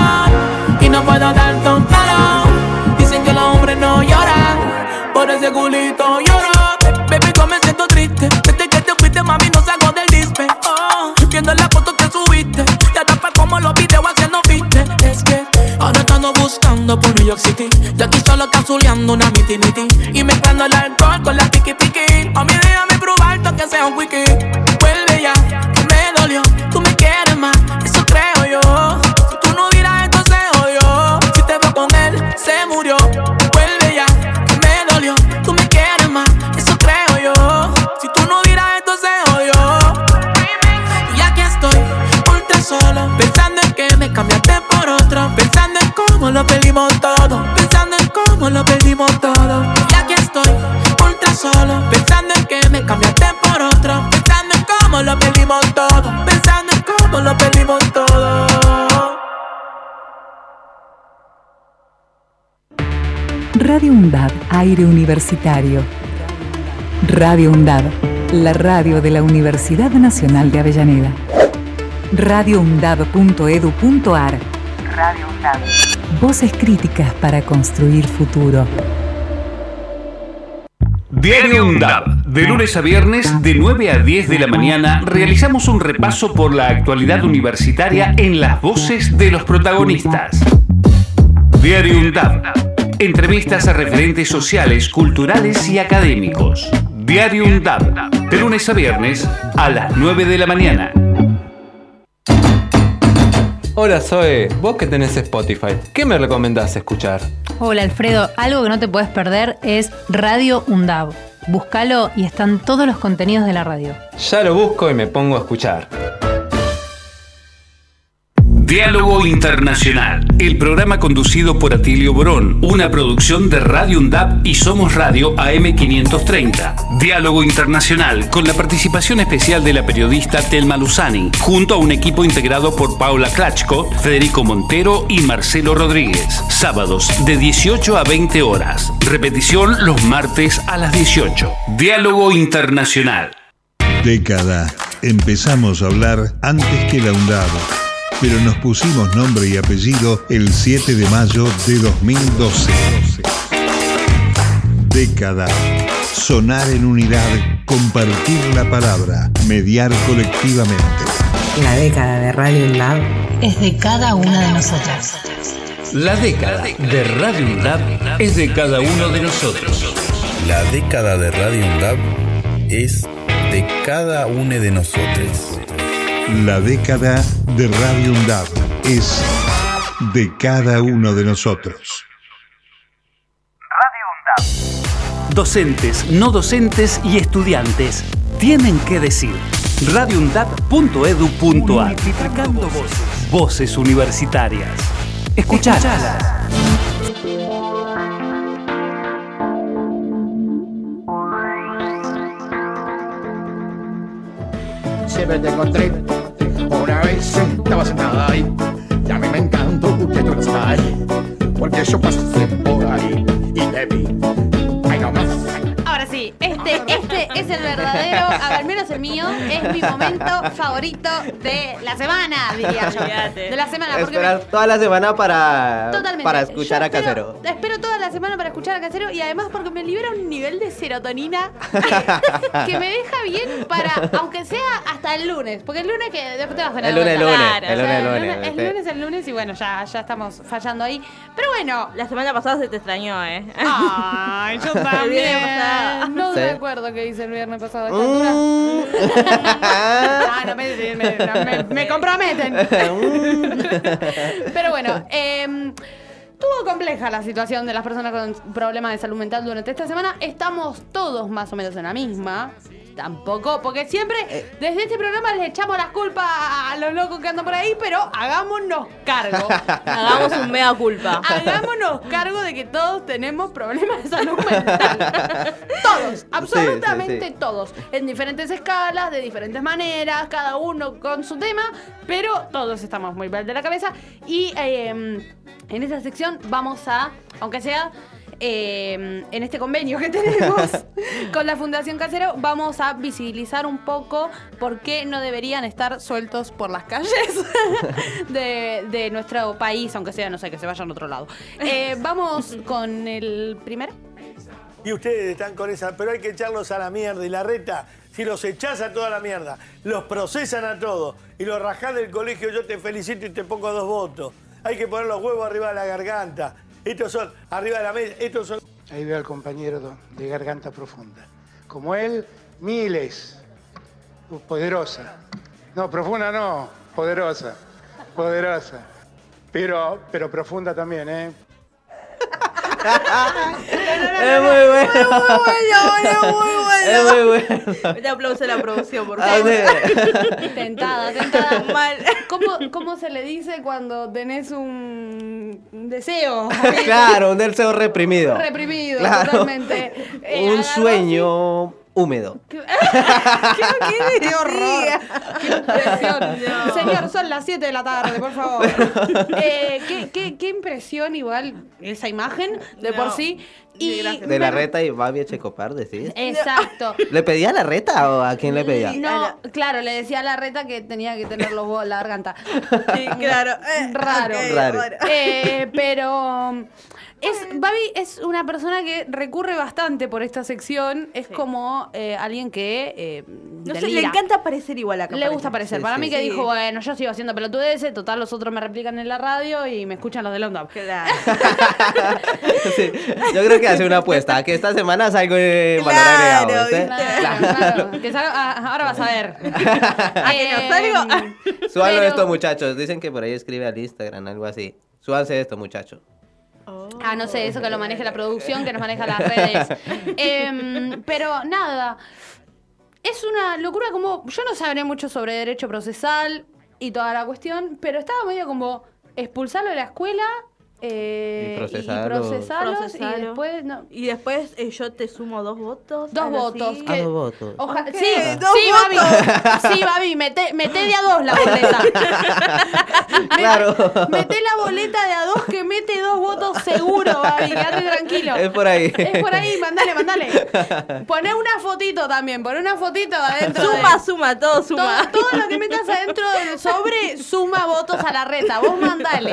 solo, y no puedo darte un palo. Dicen que los hombres no lloran, por ese culito lloro. Baby, yo me siento triste, desde que te fuiste mami no salgo del dispe. Oh, viendo las fotos que subiste, ya tapa como los videos haciendo fitness. Es que ahora estando buscando por New York City, yo aquí solo cazuleando una miti-miti y mezclando el alcohol con la piqui-piqui. A mí déjame probarte que sea un wiki. Vuelve ya, que me dolió, tú me quieres más, eso creo yo. Si tú no hubieras entonces odio, si te veo con él, se murió. Vuelve ya, que me dolió, tú me quieres más, eso creo yo. Si tú no hubieras entonces odio. Y aquí estoy, ultra solo, pensando en que me cambiaste por otro, pensando en cómo lo perdimos todo, pensando en cómo lo perdimos todo. Y aquí estoy, ultra solo, pensando en que me cambiaste por otro, pensando en cómo lo perdimos todo, pensando en cómo lo perdimos todo. Radio UNDAB, aire universitario. Radio UNDAB, la radio de la Universidad Nacional de Avellaneda. radioundab.edu.ar. Radio UNDAB. Voces críticas para construir futuro. Diario UNDAB. De lunes a viernes, de 9 a 10 de la mañana, realizamos un repaso por la actualidad universitaria en las voces de los protagonistas. Diario UNDAB. Entrevistas a referentes sociales, culturales y académicos. Diario UNDAB. De lunes a viernes, a las 9 de la mañana. Hola Zoe, vos que tenés Spotify, ¿qué me recomendás escuchar? Hola Alfredo, algo que no te puedes perder es Radio UNDAB. Búscalo y están todos los contenidos de la radio. Ya lo busco y me pongo a escuchar. Diálogo Internacional, el programa conducido por Atilio Borón, una producción de Radio UNDAB y Somos Radio AM530. Diálogo Internacional, con la participación especial de la periodista Telma Luzani, junto a un equipo integrado por Paula Klachko, Federico Montero y Marcelo Rodríguez. Sábados de 18 a 20 horas. Repetición los martes a las 18. Diálogo Internacional. Década. Empezamos a hablar antes que la UNDAB. Pero nos pusimos nombre y apellido el 7 de mayo de 2012. Década. Sonar en unidad, compartir la palabra, mediar colectivamente. La década de Radio UNDAB es de cada una de nosotras. La década de Radio UNDAB es de cada uno de nosotros. La década de Radio UNDAB es de cada uno de nosotros. La década de Radio UNDAB es de cada uno de nosotros. Radio UNDAB. Docentes, no docentes y estudiantes tienen que decir. radioundab.edu.ar. Multiplicando voces. Voces universitarias. Escuchalas. Siempre te encontré. Una vez estaba sentada ahí y a mí me encantó que tú no estás ahí, porque yo pasé por ahí y te vi. Ay, no más. Ahora sí, este es el verdadero, al menos el mío, es mi momento favorito de la semana, diría yo. De la semana. Esperar toda la semana para escuchar a Casero. Espero toda la semana para escuchar a Casero y además porque me libera un nivel de serotonina que me deja bien para, aunque sea hasta el lunes, porque el lunes que después te vas a El lunes y bueno, ya estamos fallando ahí. Pero bueno, la semana pasada se te extrañó, Ay, yo también. No me acuerdo qué hice el viernes pasado a esta altura. Me comprometen. Pero bueno, estuvo compleja la situación de las personas con problemas de salud mental durante esta semana. Estamos todos más o menos en la misma. Tampoco, porque siempre desde este programa les echamos las culpas a los locos que andan por ahí, pero hagámonos cargo. Hagamos un mea culpa. Hagámonos cargo de que todos tenemos problemas de salud mental. Todos, absolutamente todos. En diferentes escalas, de diferentes maneras, cada uno con su tema, pero todos estamos muy mal de la cabeza. Y en esta sección vamos a, aunque sea en este convenio que tenemos con la Fundación Casero, vamos a visibilizar un poco por qué no deberían estar sueltos por las calles de nuestro país, aunque sea, no sé, que se vayan a otro lado. Vamos con el primero. Y ustedes están con esa, pero hay que echarlos a la mierda. Y la reta, si los echás a toda la mierda, los procesan a todos y los rajás del colegio, yo te felicito y te pongo 2 votos. Hay que poner los huevos arriba de la garganta. Estos son arriba de la mesa, estos son... Ahí veo al compañero de garganta profunda. Como él, miles. Poderosa. No, profunda no, poderosa. Poderosa. Pero profunda también, ¿eh? Es muy bueno. Es muy bueno. Te aplauso a la producción, por favor. Tentada. Mal. ¿Cómo se le dice cuando tenés un deseo? Claro, un deseo reprimido. Reprimido, claro. totalmente. Un sueño, húmedo. ¡Qué horror! ¡Qué impresión! No. Señor, son las 7 de la tarde, por favor. Qué impresión igual esa imagen de por sí. Y de Larreta y Babi Echecopar, decís. Exacto. ¿Le pedía a Larreta o a quién le pedía? No, claro, le decía a Larreta que tenía que tener la garganta. Sí, claro. Raro. Okay, Raro. Pero Babi es una persona que recurre bastante por esta sección. Es como alguien que no sé, le encanta aparecer igual acá. Le gusta aparecer. Sí, Para sí. mí que dijo, bueno, yo sigo haciendo pelotudeces, total los otros me replican en la radio y me escuchan los de London. Claro. Sí, yo creo que hace una apuesta, que esta semana salgo en valor agregado. ¿viste? Claro. Que ahora vas a ver. ¿A que no salgo? Súbanlo esto, muchachos. Dicen que por ahí escribe al Instagram, algo así. Súbanse esto, muchachos. No sé, eso que lo maneje la producción, que nos maneja las redes. Pero nada, es una locura como... Yo no sabré mucho sobre derecho procesal y toda la cuestión, pero estaba medio como expulsarlo de la escuela... y procesarlos. Y después... No. Y después yo te sumo 2 votos. 2 votos. Ah, 2 votos. Okay. Sí, 2 Babi. votos. Sí, Babi, meté de a 2 la boleta. Claro. Meté la boleta de a 2 que mete 2 votos seguro, Babi. Quédate tranquilo. Es por ahí. Es por ahí, mandale. Poné una fotito también, poné una fotito adentro. Suma, todo suma. Todo lo que metas adentro del sobre suma votos a Larreta. Vos mandale.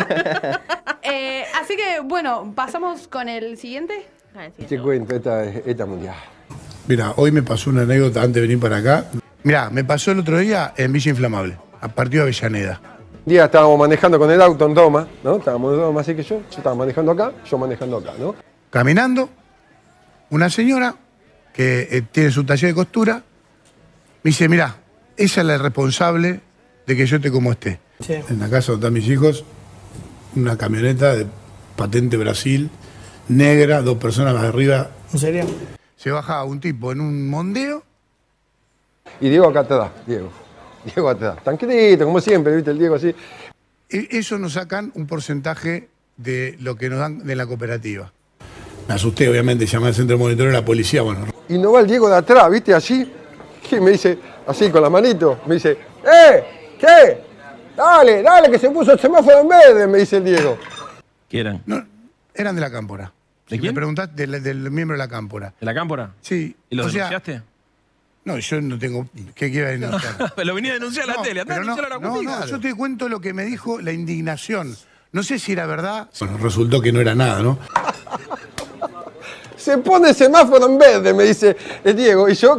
Así que, bueno, pasamos con el siguiente. Te cuento, esta mundial. Mira, hoy me pasó una anécdota antes de venir para acá. Mira, me pasó el otro día en Villa Inflamable, a partir de Avellaneda. Un día estábamos manejando con el auto en Doma, ¿no? Estábamos en Doma, así que yo estaba manejando acá, yo manejando acá, ¿no? Caminando, una señora que tiene su taller de costura, me dice, mira, esa es la responsable de que yo esté como esté. Sí. En la casa donde están mis hijos, una camioneta de patente Brasil, negra, 2 personas más arriba. ¿En serio? Se baja un tipo en un mondeo. Y Diego acá te da, Diego acá te da. Tranquilito, como siempre, ¿viste? El Diego así. Eso nos sacan un porcentaje de lo que nos dan de la cooperativa. Me asusté, obviamente, llamé al centro de monitoreo de la policía, bueno. Y no va el Diego de atrás, ¿viste? Así, que me dice, así con la manito, me dice, ¿qué? Dale, que se puso el semáforo en verde, me dice el Diego. ¿Qué eran? No, eran de la Cámpora. ¿De quién? Me preguntás del miembro de la Cámpora. ¿De la Cámpora? Sí. ¿Y lo denunciaste? No, yo no tengo... ¿Qué quiero denunciar? Lo venía a denunciar a la tele. No, yo te cuento lo que me dijo la indignación. No sé si era verdad. Bueno, resultó que no era nada, ¿no? Se pone el semáforo en verde, me dice el Diego. Y yo,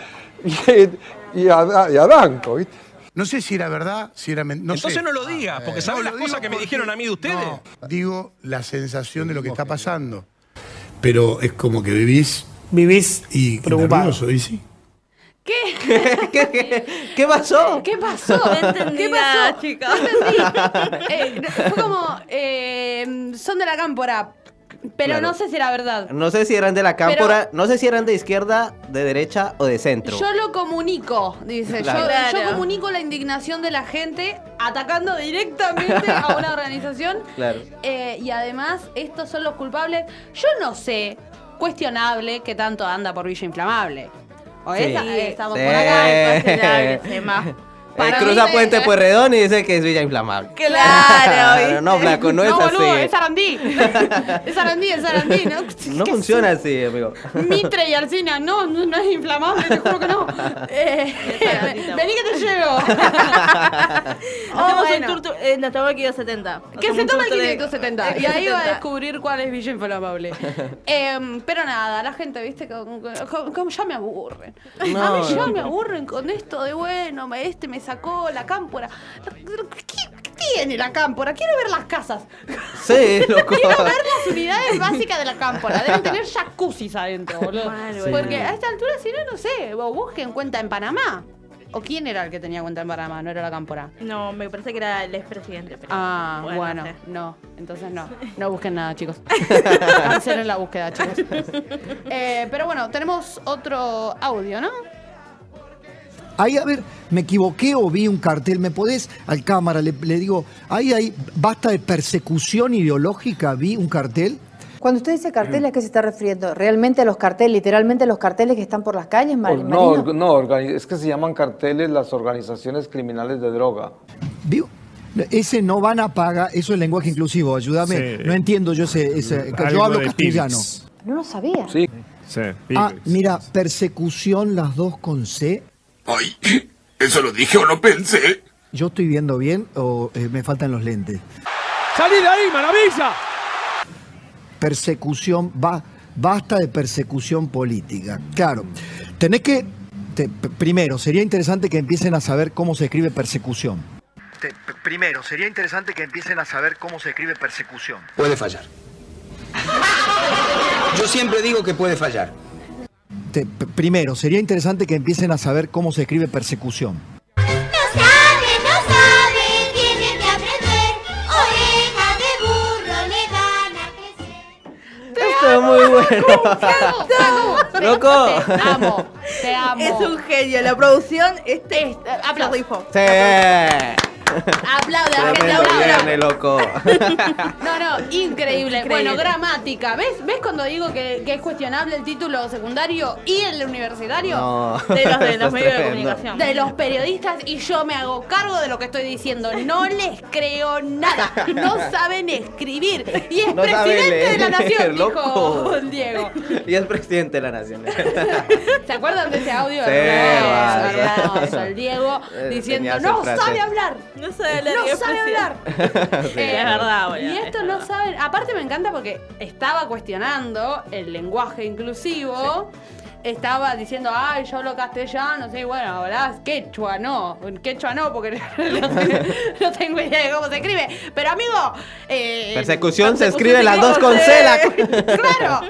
y arranco, ¿viste? No sé si era verdad, si era mentira. Entonces no lo digas, porque ¿sabes las cosas que me dijeron a mí de ustedes? No, digo la sensación de lo que está pasando. Pero es como que vivís y preocupado. Nervioso, y sí. ¿Qué pasó? ¿Qué pasó? No entendí nada, chicos. No entendí. Fue como, son de la Cámpora, pero Claro. no sé si era verdad. No sé si eran de la Cámpora, no sé si eran de izquierda, de derecha o de centro. Yo lo comunico, dice. Claro. Yo comunico la indignación de la gente atacando directamente a una organización. Claro. Y además, estos son los culpables. Yo no sé, cuestionable, que tanto anda por Villa Inflamable. O Sí. estamos Sí. por acá. Cruza Puente Pueyrredón y dice que es Villa Inflamable. Claro. No, flaco, no es boludo, así. es Sarandí. Es Sarandí, ¿no? No funciona así, amigo. Mitre y Alcina, no es inflamable, te juro que no. Vení que te llevo. Hacemos un tour, nos tomó el 570. Que se toma el 570. Y ahí va a 570. descubrir cuál es Villa Inflamable. Pero nada, la gente, viste, como ya me aburren. No, A mí ya no. me aburren con esto de, bueno, me sacó la Cámpora. ¿Qué tiene la Cámpora? Quiero ver las casas. Sí, loco. Quiero ver las unidades básicas de la Cámpora. Deben tener jacuzzis adentro, boludo. Claro, Porque a esta altura, si no sé, o busquen cuenta en Panamá. ¿O quién era el que tenía cuenta en Panamá? No era la Cámpora. No, me parece que era el expresidente. Pero Bueno, no sé. no. Entonces no. No busquen nada, chicos. Cancelen la búsqueda, chicos. Pero bueno, tenemos otro audio, ¿no? Ahí, a ver, me equivoqué o vi un cartel. ¿Me podés, al cámara, le digo, ahí, basta de persecución ideológica? Vi un cartel. Cuando usted dice carteles, ¿a qué se está refiriendo? ¿Realmente a los carteles, literalmente los carteles que están por las calles, Marino? No, es que se llaman carteles las organizaciones criminales de droga. ¿Vio? Ese no van a paga, eso es lenguaje inclusivo, ayúdame. Sí. No entiendo yo yo hablo castellano. Pibes. No lo sabía. Sí. Mira, persecución, las dos con C. Ay, ¿eso lo dije o lo pensé? ¿Yo estoy viendo bien o me faltan los lentes? ¡Salí de ahí, maravilla! Persecución, basta de persecución política. Claro, tenés que... primero, sería interesante que empiecen a saber cómo se escribe persecución. Primero, sería interesante que empiecen a saber cómo se escribe persecución. Puede fallar. Yo siempre digo que puede fallar. Primero, sería interesante que empiecen a saber cómo se escribe persecución. No saben, tienen que aprender. Orejas de burro le van a crecer. Esto es muy bueno. Loco. Te amo. Es un genio. La producción, aplauso. Sí. Aplaude, la gente aplaude. Loco. No, increíble. Bueno, gramática. ¿Ves cuando digo que es cuestionable el título secundario y el universitario? No. De los medios de comunicación. De los periodistas, y yo me hago cargo de lo que estoy diciendo. No les creo nada. No saben escribir. Y es presidente de la nación, dijo Diego. Y es presidente de la nación. ¿Se acuerdan de ese audio? Sí, hermoso. El Diego diciendo, no sabe hablar. No sabe hablar. No sabe hablar. Sí, es verdad, bueno, y esto no saben. Aparte me encanta porque estaba cuestionando el lenguaje inclusivo. Sí. Estaba diciendo, ay, yo hablo castellano, sí, bueno, hablas quechua no, porque no tengo idea de cómo se escribe. Pero amigo, persecución se escribe las dos con C. Claro.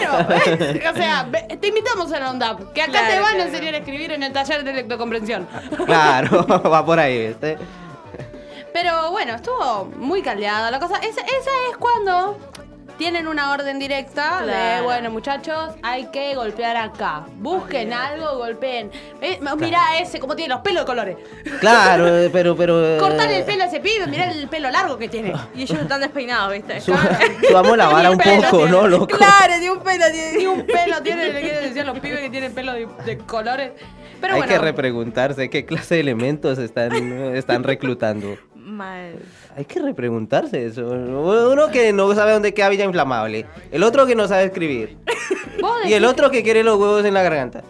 O sea, te invitamos a la UNDAP, que acá te van a enseñar a escribir en el taller de lectocomprensión. Claro, va por ahí, ¿viste? Pero bueno, estuvo muy caldeada la cosa. Esa es cuando tienen una orden directa de, bueno, muchachos, hay que golpear acá. Busquen algo, golpeen. Mirá ese, cómo tiene los pelos de colores. Claro, pero... Cortarle el pelo a ese pibe, mirá el pelo largo que tiene. Y ellos están despeinados, ¿viste? Subamos la vara un poco, ¿no, loco? Claro, ni un pelo tiene. Ni un pelo tiene, le quieren decir a los pibes que tienen pelo de colores. Pero hay que repreguntarse qué clase de elementos están reclutando. Mal. Hay que repreguntarse eso. Uno que no sabe dónde queda Villa Inflamable. El otro que no sabe escribir. Y el otro que quiere los huevos en la garganta.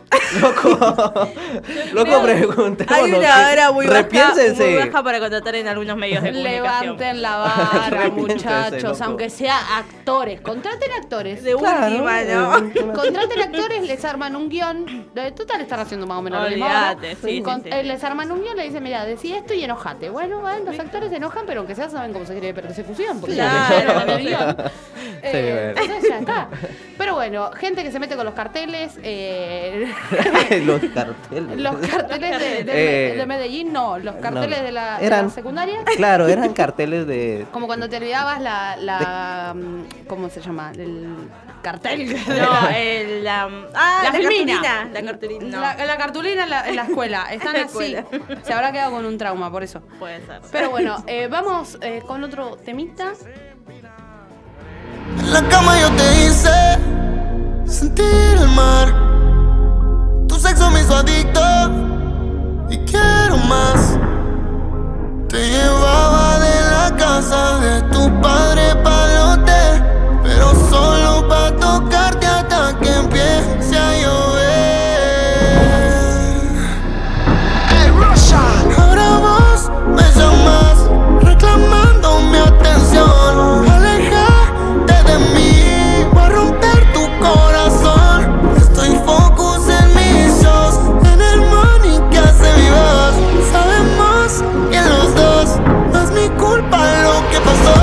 Loco, preguntémonos. Hay una hora muy baja para contratar en algunos medios de comunicación. Levanten la vara, muchachos. Aunque sea actores. Contraten actores. De última, ¿no? Contraten actores, les arman un guión. Total, están haciendo más o menos lo mismo. Sí. Les arman un guión, le dicen, mira, decí esto y enojate. Bueno, los actores se enojan, pero aunque sea saben cómo se escribe persecución. Porque claro. El guión. Entonces ya está. Pero bueno, gente que se mete con los carteles. Los carteles. Los carteles de Medellín, no. Los carteles de la secundaria. Claro, eran carteles de... Como cuando te olvidabas ¿cómo se llama? El cartel. La filmina. La cartulina. La cartulina en la escuela. Están así. Se habrá quedado con un trauma, por eso. Puede ser. Pero bueno, vamos con otro temita. En la cama yo te hice sentir el mar. Tu sexo me hizo adicto y quiero más. Te llevaba de la casa de tu padre pa'l hotel, pero solo pa' tocarte hasta que empiece a llover. Hey, Roshan. Ahora vos me llamas reclamando mi atención. Aléjate de mí, voy a romper tu corazón. Estoy focus en mis shows, en el money que hace mi voz. Sabemos bien los dos, no es mi culpa lo que pasó.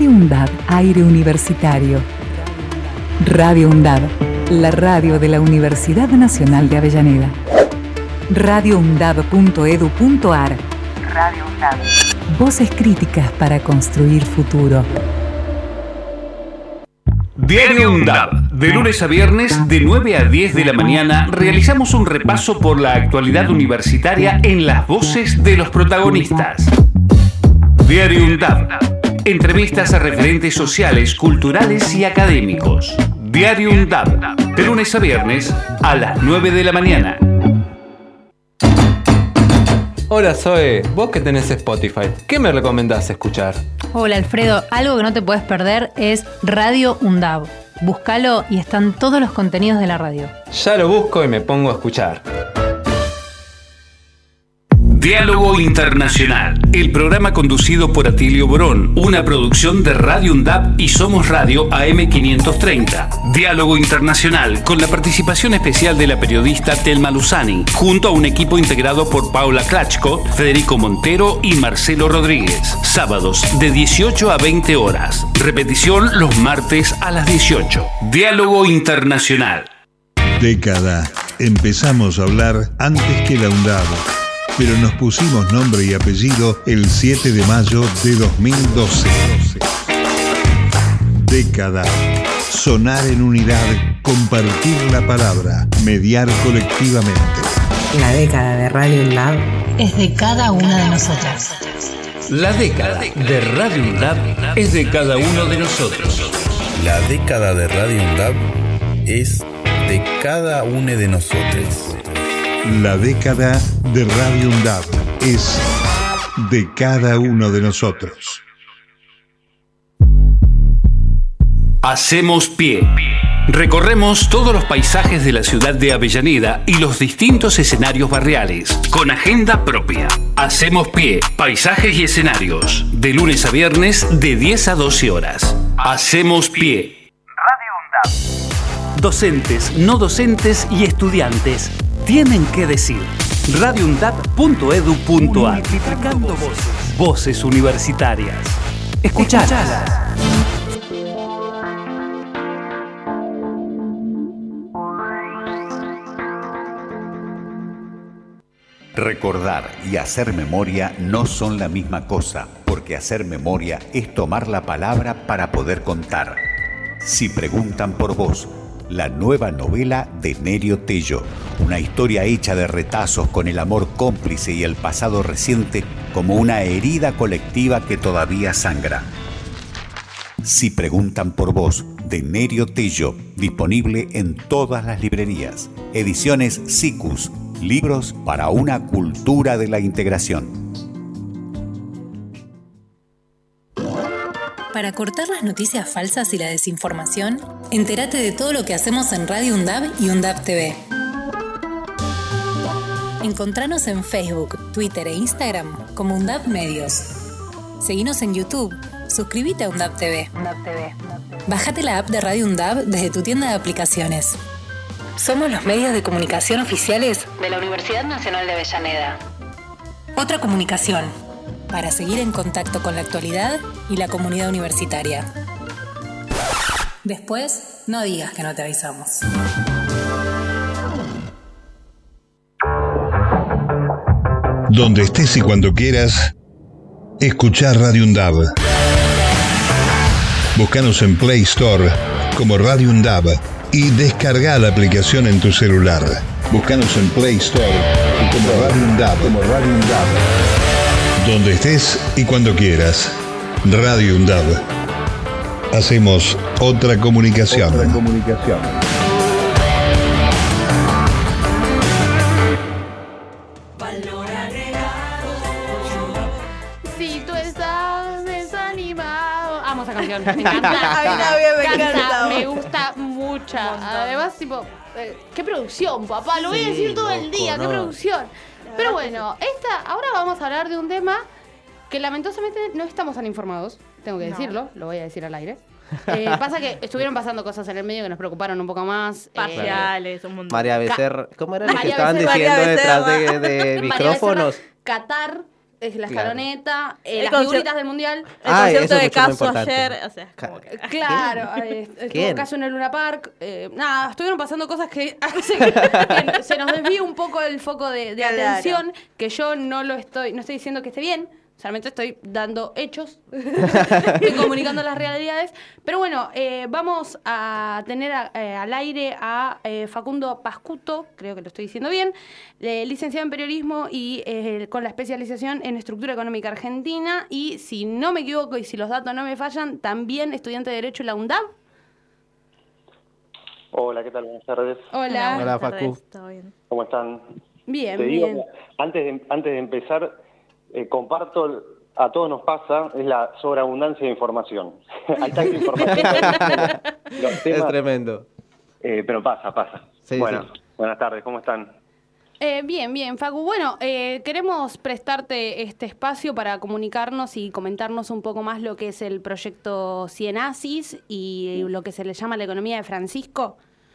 Radio UNDAB, aire universitario. Radio UNDAB, la radio de la Universidad Nacional de Avellaneda. radioundab.edu.ar. Radio UNDAB. Voces críticas para construir futuro. Diario UNDAB. De lunes a viernes, de 9 a 10 de la mañana, realizamos un repaso por la actualidad universitaria en las voces de los protagonistas. Diario UNDAB. Entrevistas a referentes sociales, culturales y académicos. Diario UNDAB. De lunes a viernes, a las 9 de la mañana. Hola Zoe, vos que tenés Spotify, ¿qué me recomendás escuchar? Hola Alfredo, algo que no te puedes perder es Radio UNDAB. Búscalo y están todos los contenidos de la radio. Ya lo busco y me pongo a escuchar. Diálogo Internacional, el programa conducido por Atilio Borón, una producción de Radio UNDAB y Somos Radio AM530. Diálogo Internacional, con la participación especial de la periodista Telma Luzani, junto a un equipo integrado por Paula Klachko, Federico Montero y Marcelo Rodríguez. Sábados de 18 a 20 horas. Repetición los martes a las 18. Diálogo Internacional. Década. Empezamos a hablar antes que la UNDAB, pero nos pusimos nombre y apellido el 7 de mayo de 2012. Década. Sonar en unidad, compartir la palabra, mediar colectivamente. La década de Radio UNDAB es de cada una de nosotras. La década de Radio UNDAB es de cada uno de nosotros. La década de Radio UNDAB es de cada uno de nosotros. La década de Radio UNDAB es de cada uno de nosotros. Hacemos pie. Recorremos todos los paisajes de la ciudad de Avellaneda y los distintos escenarios barriales, con agenda propia. Hacemos pie, paisajes y escenarios, de lunes a viernes de 10 a 12 horas. Hacemos pie. Radio UNDAB. Docentes, no docentes y estudiantes tienen que decir. radioundab.edu.ar. Multiplicando voces. Voces universitarias. Escuchalas. Recordar y hacer memoria no son la misma cosa, porque hacer memoria es tomar la palabra para poder contar. Si preguntan por vos, la nueva novela de Nerio Tello, una historia hecha de retazos con el amor cómplice y el pasado reciente como una herida colectiva que todavía sangra. Si preguntan por vos, de Nerio Tello, disponible en todas las librerías. Ediciones Sicus, libros para una cultura de la integración. Para cortar las noticias falsas y la desinformación, entérate de todo lo que hacemos en Radio UNDAB y UNDAB TV. Encontranos en Facebook, Twitter e Instagram como UNDAB Medios. Seguinos en YouTube. Suscríbete a UNDAB TV. Bájate la app de Radio UNDAB desde tu tienda de aplicaciones. Somos los medios de comunicación oficiales de la Universidad Nacional de Avellaneda. Otra comunicación, para seguir en contacto con la actualidad y la comunidad universitaria. Después, no digas que no te avisamos. Donde estés y cuando quieras, escuchar Radio UNDAB. Búscanos en Play Store como Radio UNDAB y descarga la aplicación en tu celular. Búscanos en Play Store como Radio UNDAB. Donde estés y cuando quieras. Radio UNDAB. Hacemos otra comunicación. Si tú estás desanimado. Amo esa canción. Me encanta. A mí también me encanta. Me gusta mucho. Además, tipo, qué producción, papá. Lo voy a decir todo el día. Qué producción. Pero bueno, ahora vamos a hablar de un tema que lamentablemente no estamos tan informados. Tengo que decirlo, lo voy a decir al aire. Pasa que estuvieron pasando cosas en el medio que nos preocuparon un poco más. Parciales, un montón. María Becerra, ¿cómo era lo que estaban diciendo detrás de micrófonos? Qatar es la escaloneta, El las concierto- figuritas del Mundial. El concierto eso es de mucho más Caso importante. ayer, o sea, como que... Claro, estuvo ¿Quién? Caso en el Luna Park. Nada, estuvieron pasando cosas que hacen que se nos desvíe un poco el foco de Claro. atención, que yo no estoy diciendo que esté bien, solamente estoy dando hechos y comunicando las realidades. Pero bueno, vamos a tener al aire a Facundo Pascuto, creo que lo estoy diciendo bien, licenciado en periodismo y con la especialización en estructura económica argentina, y si no me equivoco y si los datos no me fallan, también estudiante de Derecho en la UNDAV. Hola, ¿qué tal? Buenas tardes. Hola. Hola, Facu. ¿Cómo están? Bien, Te digo, bien. antes de empezar, comparto, a todos nos pasa, es la sobreabundancia de información. Hay tanta información. Los temas, Es tremendo. pero pasa. Sí, bueno, sí. buenas tardes, ¿cómo están? Bien, Facu. Bueno, queremos prestarte este espacio para comunicarnos y comentarnos un poco más lo que es el proyecto Cienasis y lo que se le llama la economía de Francisco.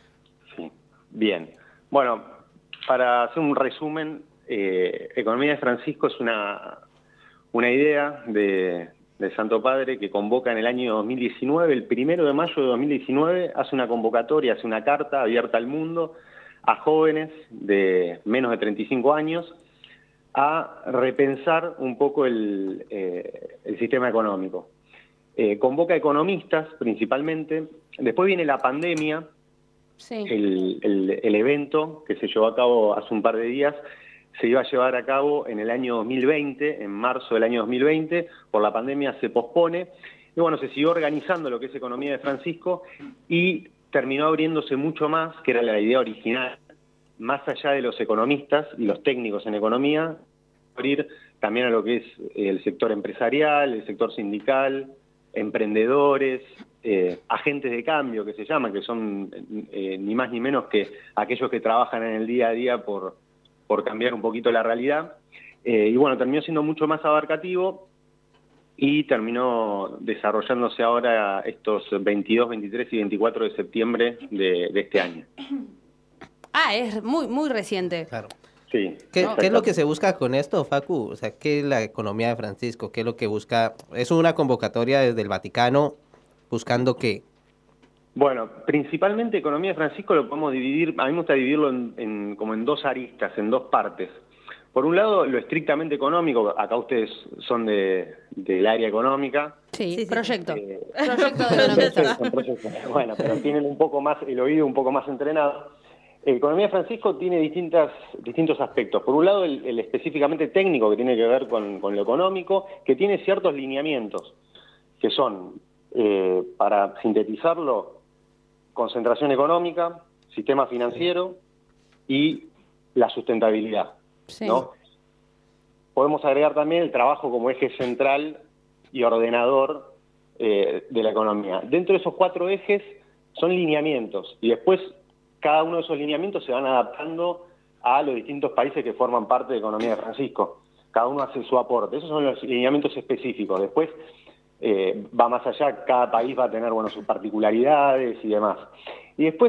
Bien. Bueno, para hacer un resumen, Economía de Francisco es una idea de Santo Padre que convoca en el año 2019, el 1 de mayo de 2019, hace una convocatoria, hace una carta abierta al mundo a jóvenes de menos de 35 años a repensar un poco el sistema económico. Convoca economistas principalmente, después viene la pandemia, Sí. el evento que se llevó a cabo hace un par de días, se iba a llevar a cabo en el año 2020, en marzo del año 2020, por la pandemia se pospone, y bueno, se siguió organizando lo que es Economía de Francisco, y terminó abriéndose mucho más, que era la idea original, más allá de los economistas y los técnicos en economía, abrir también a lo que es el sector empresarial, el sector sindical, emprendedores, agentes de cambio que se llaman, que son ni más ni menos que aquellos que trabajan en el día a día por cambiar un poquito la realidad. Y bueno, terminó siendo mucho más abarcativo y terminó desarrollándose ahora estos 22, 23 y 24 de septiembre de este año. Es muy reciente. Claro. Sí. ¿Qué es lo que se busca con esto, Facu? O sea, ¿qué es la economía de Francisco? ¿Qué es lo que busca? ¿Es una convocatoria desde el Vaticano buscando qué? Bueno, principalmente Economía de Francisco lo podemos dividir, a mí me gusta dividirlo como en dos aristas, en dos partes. Por un lado, lo estrictamente económico, acá ustedes son del área económica. Sí, proyecto. Proyecto de economistas. Bueno, pero tienen un poco más, el oído un poco más entrenado. Economía de Francisco tiene distintos aspectos. Por un lado, el específicamente técnico, que tiene que ver con lo económico, que tiene ciertos lineamientos, que son, para sintetizarlo, concentración económica, sistema financiero y la sustentabilidad. Sí. ¿No? Podemos agregar también el trabajo como eje central y ordenador de la economía. Dentro de esos 4 ejes son lineamientos, y después cada uno de esos lineamientos se van adaptando a los distintos países que forman parte de Economía de Francisco. Cada uno hace su aporte. Esos son los lineamientos específicos. Después va más allá, cada país va a tener sus particularidades y demás. Y después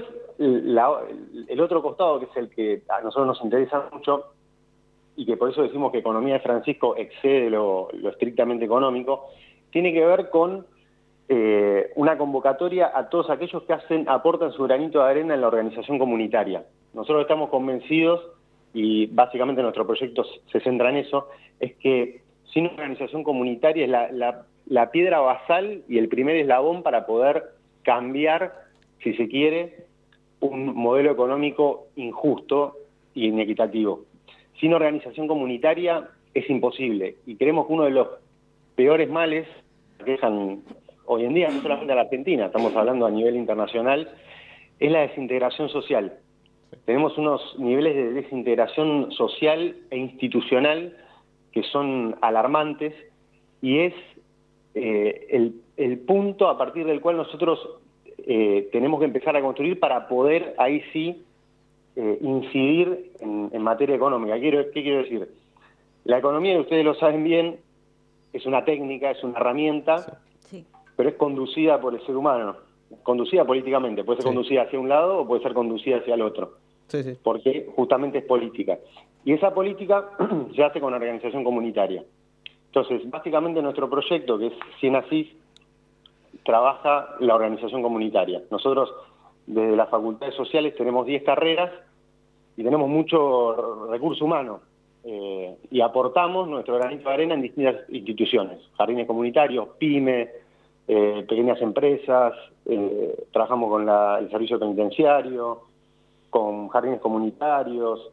el otro costado, que es el que a nosotros nos interesa mucho, y que por eso decimos que Economía de Francisco excede lo estrictamente económico, tiene que ver con una convocatoria a todos aquellos que aportan su granito de arena en la organización comunitaria. Nosotros estamos convencidos, y básicamente nuestro proyecto se centra en eso, es que sin organización comunitaria es la piedra basal y el primer eslabón para poder cambiar, si se quiere, un modelo económico injusto y inequitativo. Sin organización comunitaria es imposible, y creemos que uno de los peores males que dejan hoy en día, no solamente a la Argentina, estamos hablando a nivel internacional, es la desintegración social. Tenemos unos niveles de desintegración social e institucional que son alarmantes, y es el punto a partir del cual nosotros tenemos que empezar a construir para poder ahí sí incidir en materia económica. ¿Qué quiero decir? La economía, ustedes lo saben bien, es una técnica, es una herramienta, Sí. pero es conducida por el ser humano, conducida políticamente, puede ser conducida hacia un lado o puede ser conducida hacia el otro, porque justamente es política. Y esa política se hace con organización comunitaria. Entonces, básicamente nuestro proyecto, que es 100 Asís, trabaja la organización comunitaria. Nosotros, desde las facultades sociales, tenemos 10 carreras y tenemos mucho recurso humano. Y aportamos nuestro granito de arena en distintas instituciones, jardines comunitarios, pyme, pequeñas empresas, trabajamos con el servicio penitenciario, con jardines comunitarios,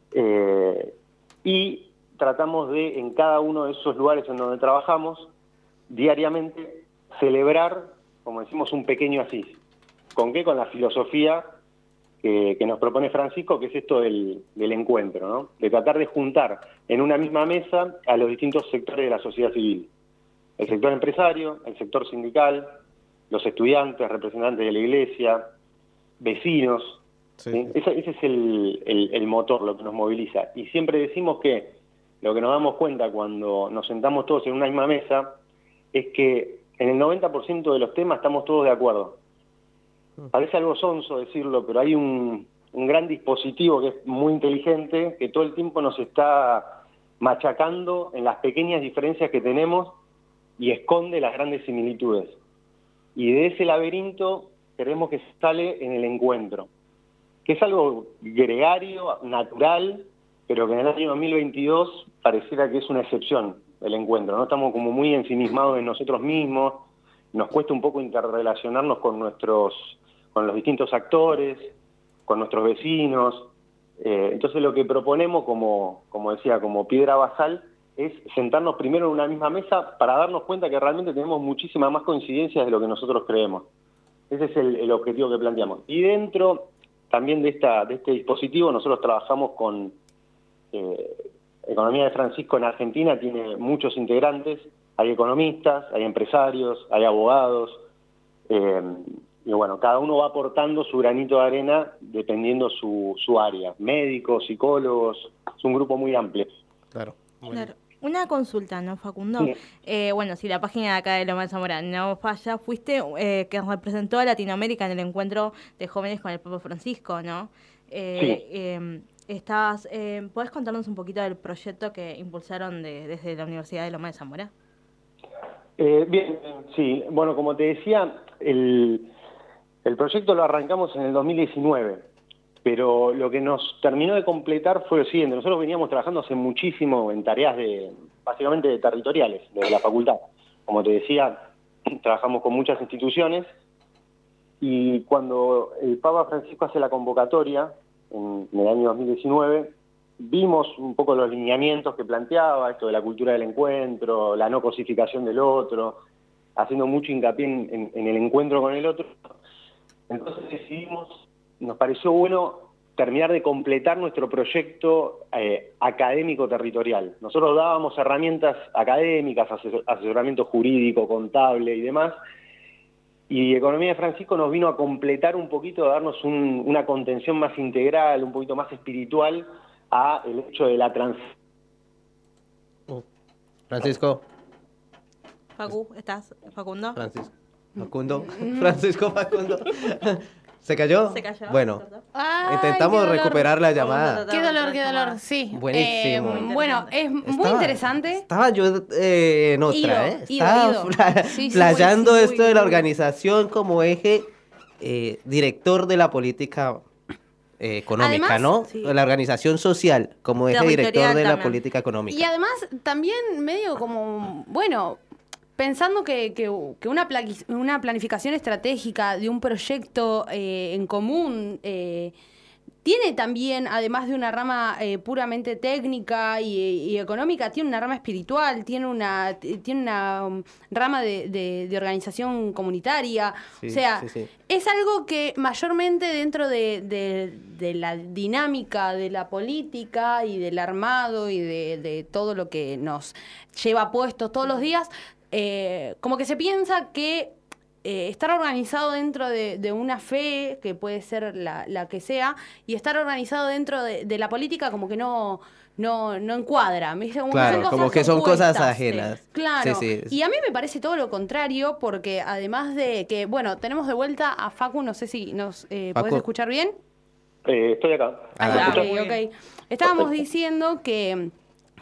y tratamos de, en cada uno de esos lugares en donde trabajamos, diariamente celebrar, como decimos, un pequeño Asís. ¿Con qué? Con la filosofía que nos propone Francisco, que es esto del encuentro, ¿no? De tratar de juntar en una misma mesa a los distintos sectores de la sociedad civil. El sector empresario, el sector sindical, los estudiantes, representantes de la iglesia, vecinos. Sí. Ese es el motor, lo que nos moviliza. Y siempre decimos que lo que nos damos cuenta cuando nos sentamos todos en una misma mesa es que en el 90% de los temas estamos todos de acuerdo. Parece algo sonso decirlo, pero hay un gran dispositivo que es muy inteligente, que todo el tiempo nos está machacando en las pequeñas diferencias que tenemos y esconde las grandes similitudes. Y de ese laberinto creemos que sale en el encuentro, que es algo gregario, natural, pero que en el año 2022 pareciera que es una excepción el encuentro, ¿no? Estamos como muy ensimismados en nosotros mismos, nos cuesta un poco interrelacionarnos con los distintos actores, con nuestros vecinos. Entonces lo que proponemos, como decía, como piedra basal, es sentarnos primero en una misma mesa para darnos cuenta que realmente tenemos muchísimas más coincidencias de lo que nosotros creemos. Ese es el objetivo que planteamos. Y dentro también de este dispositivo nosotros trabajamos con Economía de Francisco en Argentina, tiene muchos integrantes, hay economistas, hay empresarios, hay abogados, y bueno, cada uno va aportando su granito de arena dependiendo su área, médicos, psicólogos, es un grupo muy amplio. Claro. Claro. Una consulta, ¿no, Facundo? Sí. Bueno, si la página de acá de Loma de Zamora no falla, fuiste que representó a Latinoamérica en el encuentro de jóvenes con el Papa Francisco, ¿no? Sí. ¿Podés contarnos un poquito del proyecto que impulsaron desde la Universidad de Loma de Zamora? Bien, sí. Bueno, como te decía, el proyecto lo arrancamos en el 2019, pero lo que nos terminó de completar fue lo siguiente. Nosotros veníamos trabajando hace muchísimo en tareas básicamente territoriales de la facultad. Como te decía, trabajamos con muchas instituciones y cuando el Papa Francisco hace la convocatoria en el año 2019, vimos un poco los lineamientos que planteaba, esto de la cultura del encuentro, la no cosificación del otro, haciendo mucho hincapié en el encuentro con el otro. Entonces decidimos, nos pareció bueno terminar de completar nuestro proyecto académico territorial. Nosotros dábamos herramientas académicas, asesoramiento jurídico, contable y demás, y Economía de Francisco nos vino a completar un poquito, a darnos una contención más integral, un poquito más espiritual a el hecho de la Francisco. ¿Estás? ¿Facundo? Francisco Facundo. ¿Se cayó? Se cayó. Bueno, Ay, intentamos recuperar la llamada. Qué dolor, sí. Buenísimo. Bueno, es muy interesante. Estaba yo en otra, Estaba Sí, playando sí, esto de la organización como eje director de la política económica, además, ¿no? sí. La organización social como eje director de la también. política económica. Y además también medio como, bueno, pensando que una planificación estratégica de un proyecto en común tiene también, además de una rama puramente técnica y económica, tiene una rama espiritual, tiene una rama de organización comunitaria. Sí, o sea, sí. es algo que mayormente dentro de la dinámica de la política y del armado y de todo lo que nos lleva puestos todos los días, como que se piensa que estar organizado dentro de una fe, que puede ser la que sea, y estar organizado dentro de la política como que no encuadra. Como que son cosas ajenas. Claro, Sí. Y a mí me parece todo lo contrario, porque además de que, bueno, tenemos de vuelta a Facu, no sé si nos podés escuchar bien. Estoy acá. Ok. Estábamos diciendo que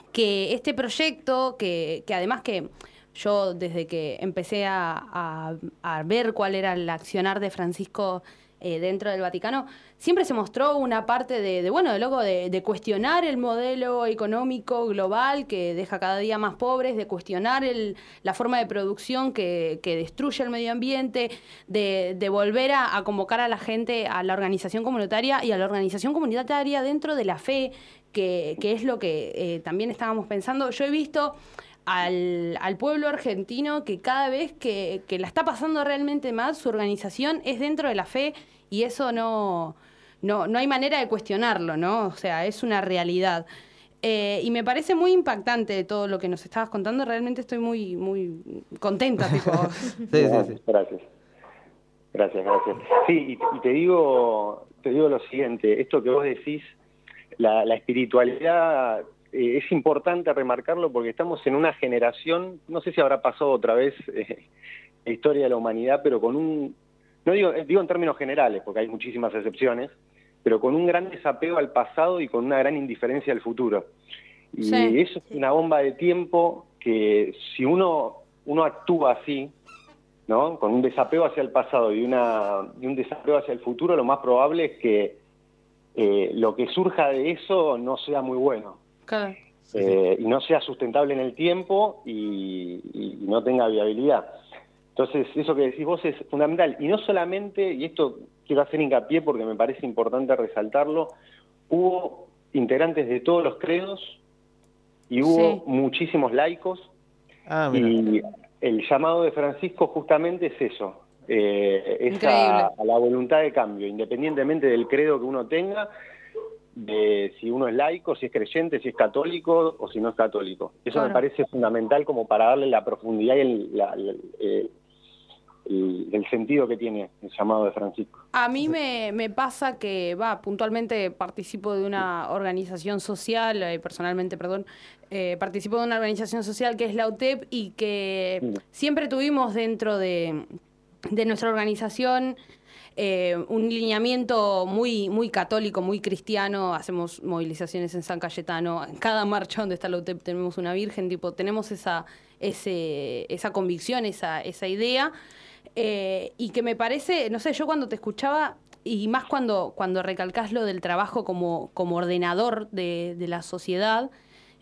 que este proyecto, que además que yo desde que empecé a ver cuál era el accionar de Francisco dentro del Vaticano, siempre se mostró una parte de cuestionar el modelo económico global que deja cada día más pobres, de cuestionar la forma de producción que destruye el medio ambiente, de volver a convocar a la gente a la organización comunitaria y a la organización comunitaria dentro de la fe, que es lo que también estábamos pensando. Yo he visto al pueblo argentino que cada vez que la está pasando realmente mal, su organización es dentro de la fe y eso no hay manera de cuestionarlo, ¿no? O sea, es una realidad. Y me parece muy impactante todo lo que nos estabas contando. Realmente estoy muy, muy contenta. Tipo. Sí. Gracias. Sí, y te digo lo siguiente. Esto que vos decís, la espiritualidad, es importante remarcarlo porque estamos en una generación, no sé si habrá pasado otra vez la historia de la humanidad, pero con no digo en términos generales, porque hay muchísimas excepciones, pero con un gran desapego al pasado y con una gran indiferencia al futuro. Y eso es una bomba de tiempo que si uno actúa así, ¿no? Con un desapego hacia el pasado y un desapego hacia el futuro, lo más probable es que lo que surja de eso no sea muy bueno. Claro. Y no sea sustentable en el tiempo y no tenga viabilidad. Entonces, eso que decís vos es fundamental. Y no solamente, y esto quiero hacer hincapié porque me parece importante resaltarlo, hubo integrantes de todos los credos y hubo muchísimos laicos. Y el llamado de Francisco justamente es eso, es a la voluntad de cambio, independientemente del credo que uno tenga, de si uno es laico, si es creyente, si es católico o si no es católico. Eso me parece fundamental como para darle la profundidad y el sentido que tiene el llamado de Francisco. A mí me pasa que, puntualmente participo de una organización social, personalmente, participo de una organización social que es la UTEP y que siempre tuvimos dentro de nuestra organización un lineamiento muy, muy católico, muy cristiano. Hacemos movilizaciones en San Cayetano. En cada marcha donde está la UTEP tenemos una virgen, tenemos esa convicción, esa idea. Y que me parece, no sé, yo cuando te escuchaba, y más cuando recalcás lo del trabajo como ordenador de la sociedad,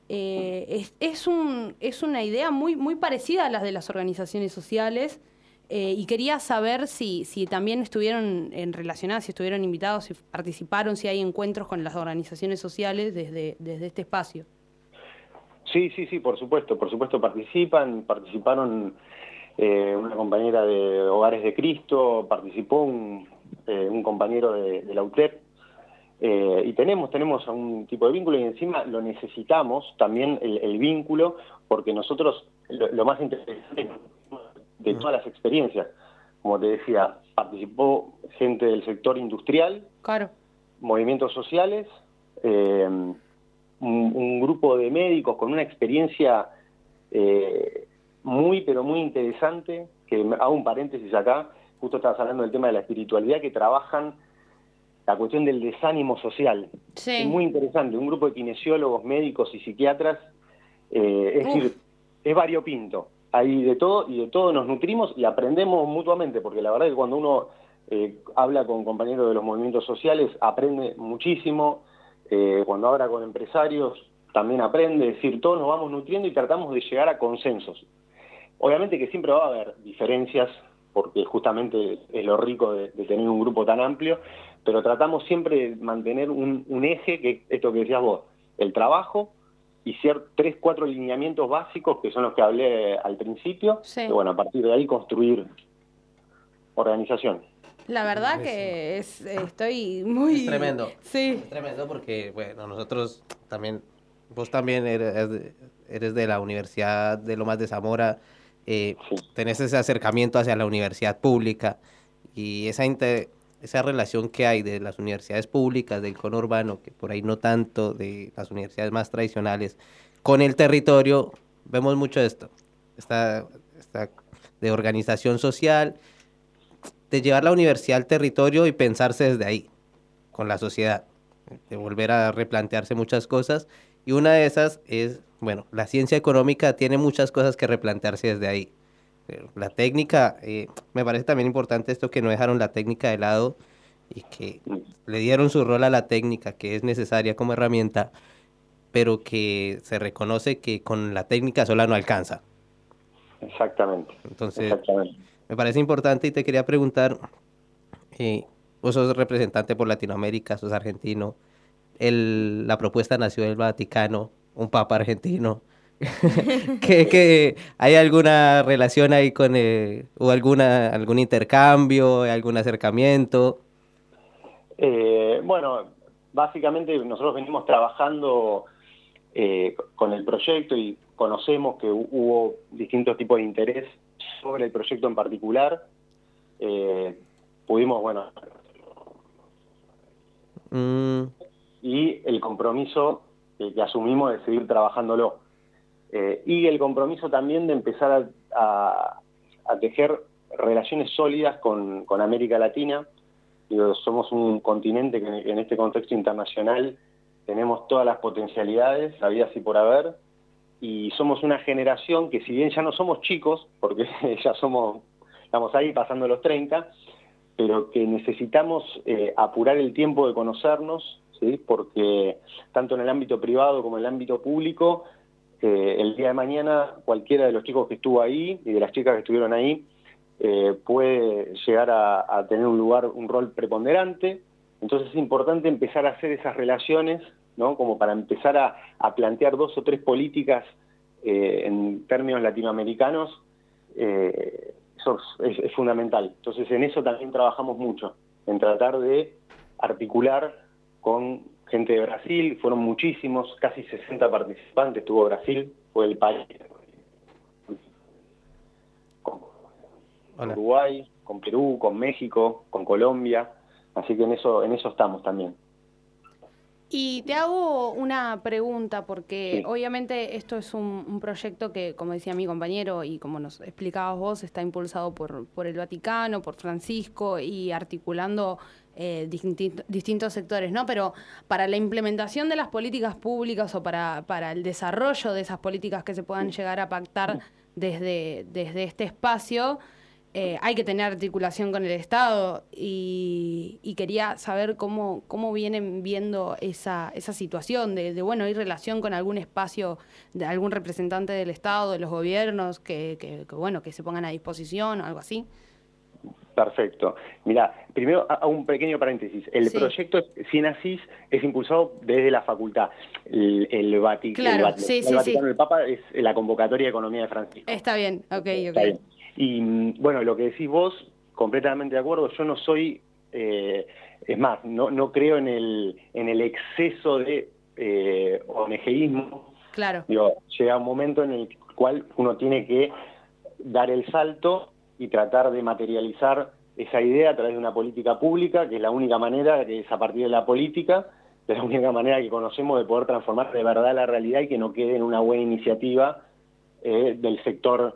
es una idea muy, muy parecida a las de las organizaciones sociales. Y quería saber si también estuvieron relacionadas, si estuvieron invitados, si participaron, si hay encuentros con las organizaciones sociales desde este espacio. Sí, por supuesto participaron una compañera de Hogares de Cristo, participó un compañero de la UTEP, y tenemos un tipo de vínculo y encima lo necesitamos también el vínculo, porque nosotros lo más interesante de todas las experiencias, como te decía, participó gente del sector industrial, movimientos sociales, un grupo de médicos con una experiencia muy, pero muy interesante, que hago un paréntesis acá, justo estabas hablando del tema de la espiritualidad, que trabajan la cuestión del desánimo social. Es muy interesante, un grupo de kinesiólogos, médicos y psiquiatras, es decir, es variopinto. Hay de todo y de todo nos nutrimos y aprendemos mutuamente, porque la verdad es que cuando uno habla con compañeros de los movimientos sociales aprende muchísimo, cuando habla con empresarios también aprende, es decir, todos nos vamos nutriendo y tratamos de llegar a consensos. Obviamente que siempre va a haber diferencias, porque justamente es lo rico de tener un grupo tan amplio, pero tratamos siempre de mantener un eje, que esto que decías vos, el trabajo, y 3, 4 lineamientos básicos, que son los que hablé al principio, y bueno, a partir de ahí construir organización. La verdad que estoy muy... Es tremendo. Sí. Es tremendo porque, bueno, nosotros también, vos también eres de la Universidad de Lomas de Zamora, tenés ese acercamiento hacia la universidad pública y esa relación que hay de las universidades públicas, del conurbano, que por ahí no tanto, de las universidades más tradicionales, con el territorio, vemos mucho esto, esta de organización social, de llevar la universidad al territorio y pensarse desde ahí, con la sociedad, de volver a replantearse muchas cosas Y una de esas es, bueno, la ciencia económica tiene muchas cosas que replantearse desde ahí. La técnica, me parece también importante esto que no dejaron la técnica de lado y que le dieron su rol a la técnica, que es necesaria como herramienta, pero que se reconoce que con la técnica sola no alcanza. Exactamente. Entonces, me parece importante y te quería preguntar, vos sos representante por Latinoamérica, sos argentino, la propuesta nació del Vaticano, un papa argentino. ¿Hay alguna relación ahí con, o algún intercambio, algún acercamiento? Bueno, básicamente nosotros venimos trabajando con el proyecto y conocemos que hubo distintos tipos de interés sobre el proyecto en particular. Pudimos, bueno, y el compromiso que asumimos de seguir trabajándolo. Y el compromiso también de empezar a tejer relaciones sólidas con América Latina. Digo, somos un continente que en este contexto internacional tenemos todas las potencialidades, habidas y por haber, y somos una generación que si bien ya no somos chicos, porque ya estamos ahí pasando los 30, pero que necesitamos apurar el tiempo de conocernos, ¿sí? Porque tanto en el ámbito privado como en el ámbito público, el día de mañana cualquiera de los chicos que estuvo ahí y de las chicas que estuvieron ahí puede llegar a tener un rol preponderante. Entonces es importante empezar a hacer esas relaciones, ¿no? Como para empezar a plantear 2 o 3 políticas en términos latinoamericanos. Eso es fundamental. Entonces en eso también trabajamos mucho, en tratar de articular con gente de Brasil. Fueron muchísimos, casi 60 participantes tuvo Brasil, fue el país. Con Uruguay, con Perú, con México, con Colombia, así que en eso estamos también. Y te hago una pregunta, porque obviamente esto es un proyecto que, como decía mi compañero y como nos explicabas vos, está impulsado por el Vaticano, por Francisco y articulando distintos sectores, ¿no? Pero para la implementación de las políticas públicas o para el desarrollo de esas políticas que se puedan llegar a pactar desde este espacio, hay que tener articulación con el Estado y quería saber cómo vienen viendo esa situación de bueno, hay relación con algún espacio de algún representante del Estado, de los gobiernos, que se pongan a disposición o algo así. Perfecto. Mira, primero hago un pequeño paréntesis. El proyecto CIENASIS es impulsado desde la facultad. El Vaticano, el Papa es la convocatoria de Economía de Francisco. Está bien, ok. Está bien. Y bueno, lo que decís vos, completamente de acuerdo. Yo no soy, es más, no creo en el exceso de ONGismo. Claro. Digo, llega un momento en el cual uno tiene que dar el salto y tratar de materializar esa idea a través de una política pública, que es la única manera, que es a partir de la política, es la única manera que conocemos de poder transformar de verdad la realidad y que no quede en una buena iniciativa del sector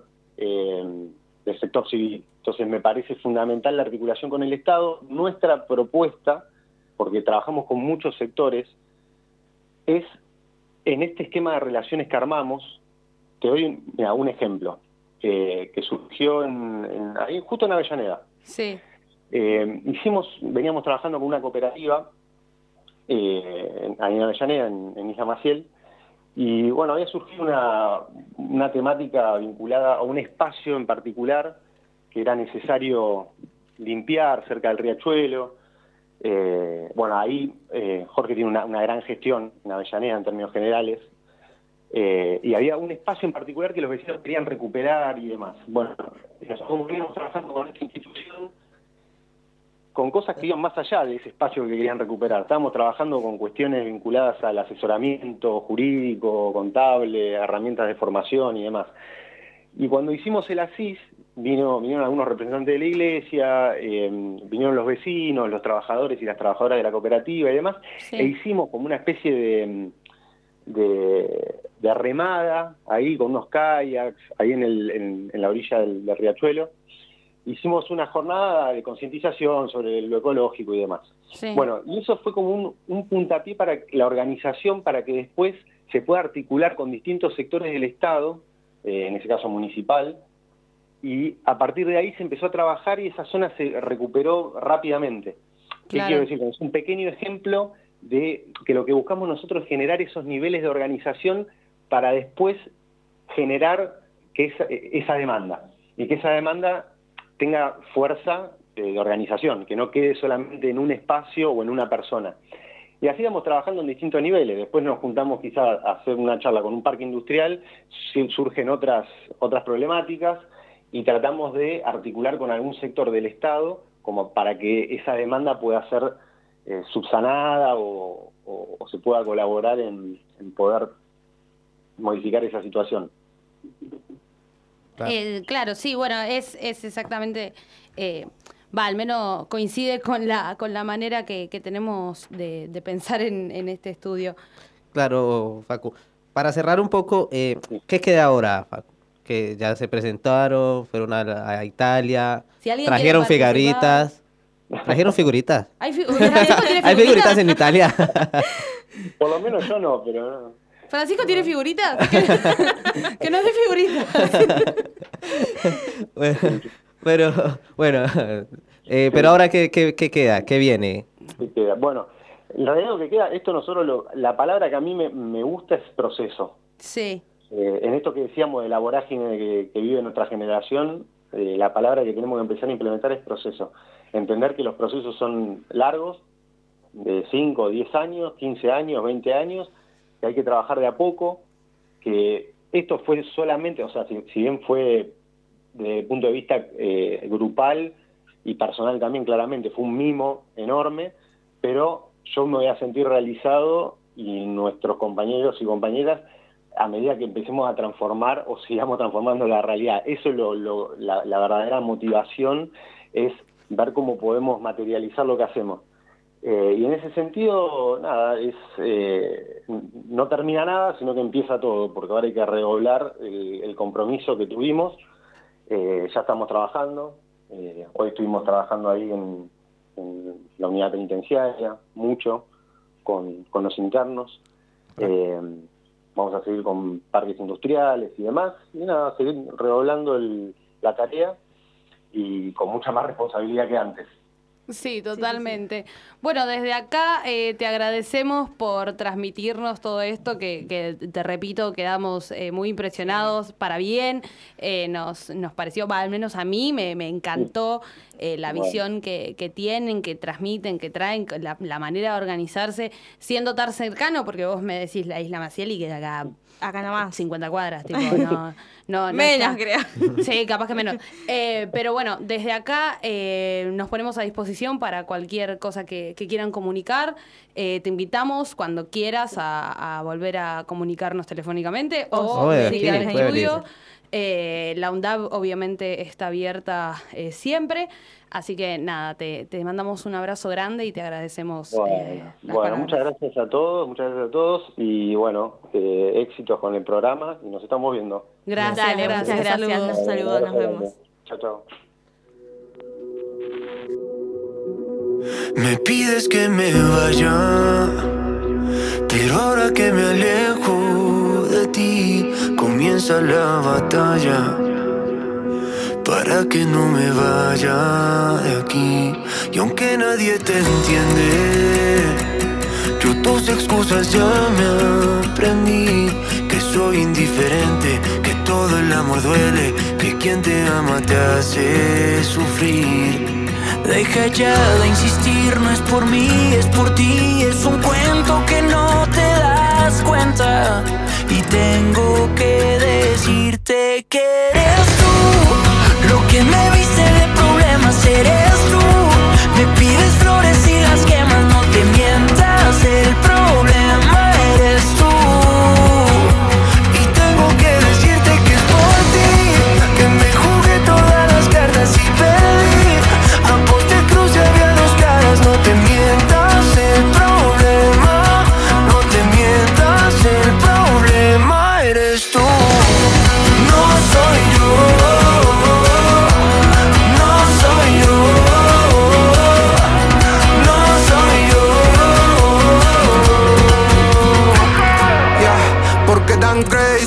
civil. Entonces me parece fundamental la articulación con el Estado. Nuestra propuesta, porque trabajamos con muchos sectores, es en este esquema de relaciones que armamos. Te doy un ejemplo que surgió ahí, justo en Avellaneda. Sí. Veníamos trabajando con una cooperativa ahí en Avellaneda, en Isla Maciel, y bueno, había surgido una temática vinculada a un espacio en particular que era necesario limpiar cerca del riachuelo. Bueno, ahí Jorge tiene una gran gestión en Avellaneda en términos generales, y había un espacio en particular que los vecinos querían recuperar y demás. Bueno, nosotros veníamos trabajando con esta institución con cosas que iban más allá de ese espacio que querían recuperar. Estábamos trabajando con cuestiones vinculadas al asesoramiento jurídico, contable, herramientas de formación y demás. Y cuando hicimos el ASIS, vinieron algunos representantes de la iglesia, vinieron los vecinos, los trabajadores y las trabajadoras de la cooperativa y demás, e hicimos como una especie de remada ahí con unos kayaks, ahí en la orilla del riachuelo. Hicimos una jornada de concientización sobre lo ecológico y demás. Sí. Bueno, y eso fue como un puntapié para la organización, para que después se pueda articular con distintos sectores del Estado, en ese caso municipal, y a partir de ahí se empezó a trabajar y esa zona se recuperó rápidamente. ¿Qué quiero decir? Es un pequeño ejemplo de que lo que buscamos nosotros es generar esos niveles de organización para después generar que esa demanda, y que esa demanda tenga fuerza de organización, que no quede solamente en un espacio o en una persona. Y así vamos trabajando en distintos niveles. Después nos juntamos quizás a hacer una charla con un parque industrial, surgen otras problemáticas, y tratamos de articular con algún sector del Estado como para que esa demanda pueda ser subsanada o se pueda colaborar en poder modificar esa situación. Claro, sí, bueno, es exactamente, al menos coincide con la manera que tenemos de pensar en este estudio. Claro, Facu. Para cerrar un poco, ¿qué queda ahora, Facu? Que ya se presentaron, fueron a Italia, si trajeron figuritas. ¿Trajeron figuritas? ¿Hay figuritas en Italia? Por lo menos yo no, pero no. ¿Francisco tiene figuritas? Que no es de figuritas. Pero ahora, ¿qué queda? ¿Qué viene? ¿Qué queda? Bueno, en realidad lo que queda, esto nosotros, la palabra que a mí me gusta es proceso. Sí. En esto que decíamos de la vorágine que vive nuestra generación, la palabra que tenemos que empezar a implementar es proceso. Entender que los procesos son largos, de 5, 10 años, 15 años, 20 años, que hay que trabajar de a poco, que esto fue solamente, o sea, si bien fue desde el punto de vista grupal y personal también claramente, fue un mimo enorme, pero yo me voy a sentir realizado y nuestros compañeros y compañeras a medida que empecemos a transformar o sigamos transformando la realidad. Eso es la verdadera motivación, es ver cómo podemos materializar lo que hacemos. Y en ese sentido, nada, no termina nada, sino que empieza todo, porque ahora hay que redoblar el compromiso que tuvimos. Ya estamos trabajando, hoy estuvimos trabajando ahí en la unidad penitenciaria, mucho, con los internos. Vamos a seguir con parques industriales y demás, y nada, seguir redoblando la tarea y con mucha más responsabilidad que antes. Sí, totalmente. Sí. Bueno, desde acá te agradecemos por transmitirnos todo esto, que te repito, quedamos muy impresionados para bien. Nos pareció, al menos a mí, me encantó la visión que tienen, que transmiten, que traen, la manera de organizarse, siendo tan cercano, porque vos me decís la Isla Maciel y queda acá nomás 50 cuadras, tipo, no menos, creo. Sí, capaz que menos. Pero bueno, desde acá nos ponemos a disposición para cualquier cosa que quieran comunicar. Te invitamos cuando quieras a volver a comunicarnos telefónicamente o ir al estudio. La UNDAB obviamente está abierta siempre. Así que nada, te mandamos un abrazo grande y te agradecemos. Bueno, muchas gracias a todos y bueno, éxitos con el programa y nos estamos viendo. Gracias. Saludos, nos vemos. Chao. Me pides que me vaya, pero ahora que me alejo de ti, comienza la batalla. Para que no me vaya de aquí. Y aunque nadie te entiende, yo tus excusas ya me aprendí. Que soy indiferente, que todo el amor duele, que quien te ama te hace sufrir. Deja ya de insistir, no es por mí, es por ti. Es un cuento que no te das cuenta. Y tengo que decirte que eres tú. Lo que me viste de problemas eres tú. Me pides flores y las quemas, no te mientas. El problema eres tú. Y tengo que decirte que es por ti que me jugué todas las cartas y perdí. Ambos te crucé, había dos caras, no te mientas. El problema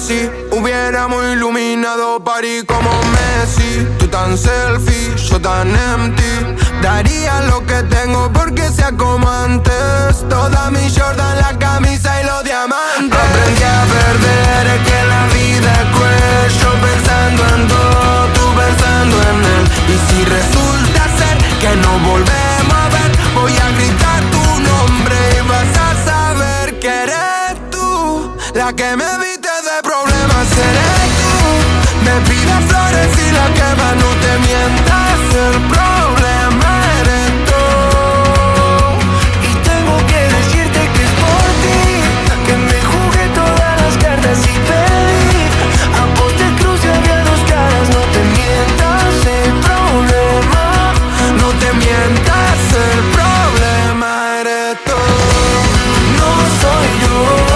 si hubiéramos iluminado París como Messi. Tú tan selfie, yo tan empty. Daría lo que tengo porque sea como antes. Toda mi Jordan, la camisa y los diamantes. Aprendí a perder, es que la vida es cruel. Yo pensando en todo, tú pensando en él. Y si resulta ser que no volvemos a ver, voy a gritar tu nombre y vas a saber que eres tú la que me evite de problemas. Eres tú, me pides flores y la que va no te mientas. El problema eres tú. Y tengo que decirte que es por ti que me jugué todas las cartas y pedí. Aposté cruz y había dos caras. No te mientas, el problema. No te mientas, el problema eres tú. No soy yo.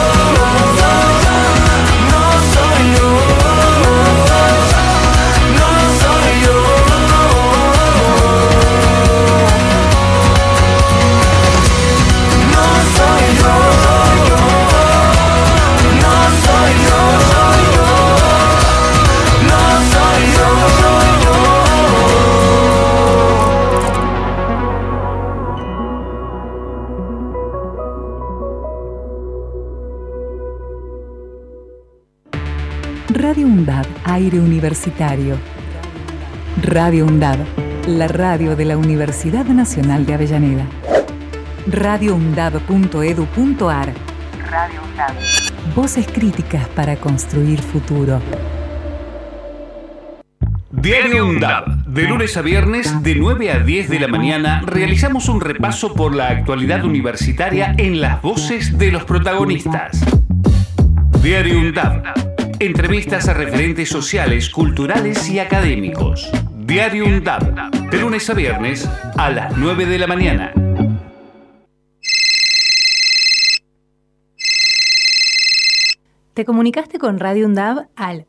Radio UNDAB, aire universitario. Radio UNDAB, la radio de la Universidad Nacional de Avellaneda. radioundab.edu.ar. Radio UNDAB. Voces críticas para construir futuro. Diario UNDAB. De lunes a viernes, de 9 a 10 de la mañana, realizamos un repaso por la actualidad universitaria en las voces de los protagonistas. Diario UNDAB. Entrevistas a referentes sociales, culturales y académicos. Diario UNDAB. De lunes a viernes, a las 9 de la mañana. Te comunicaste con Radio UNDAB al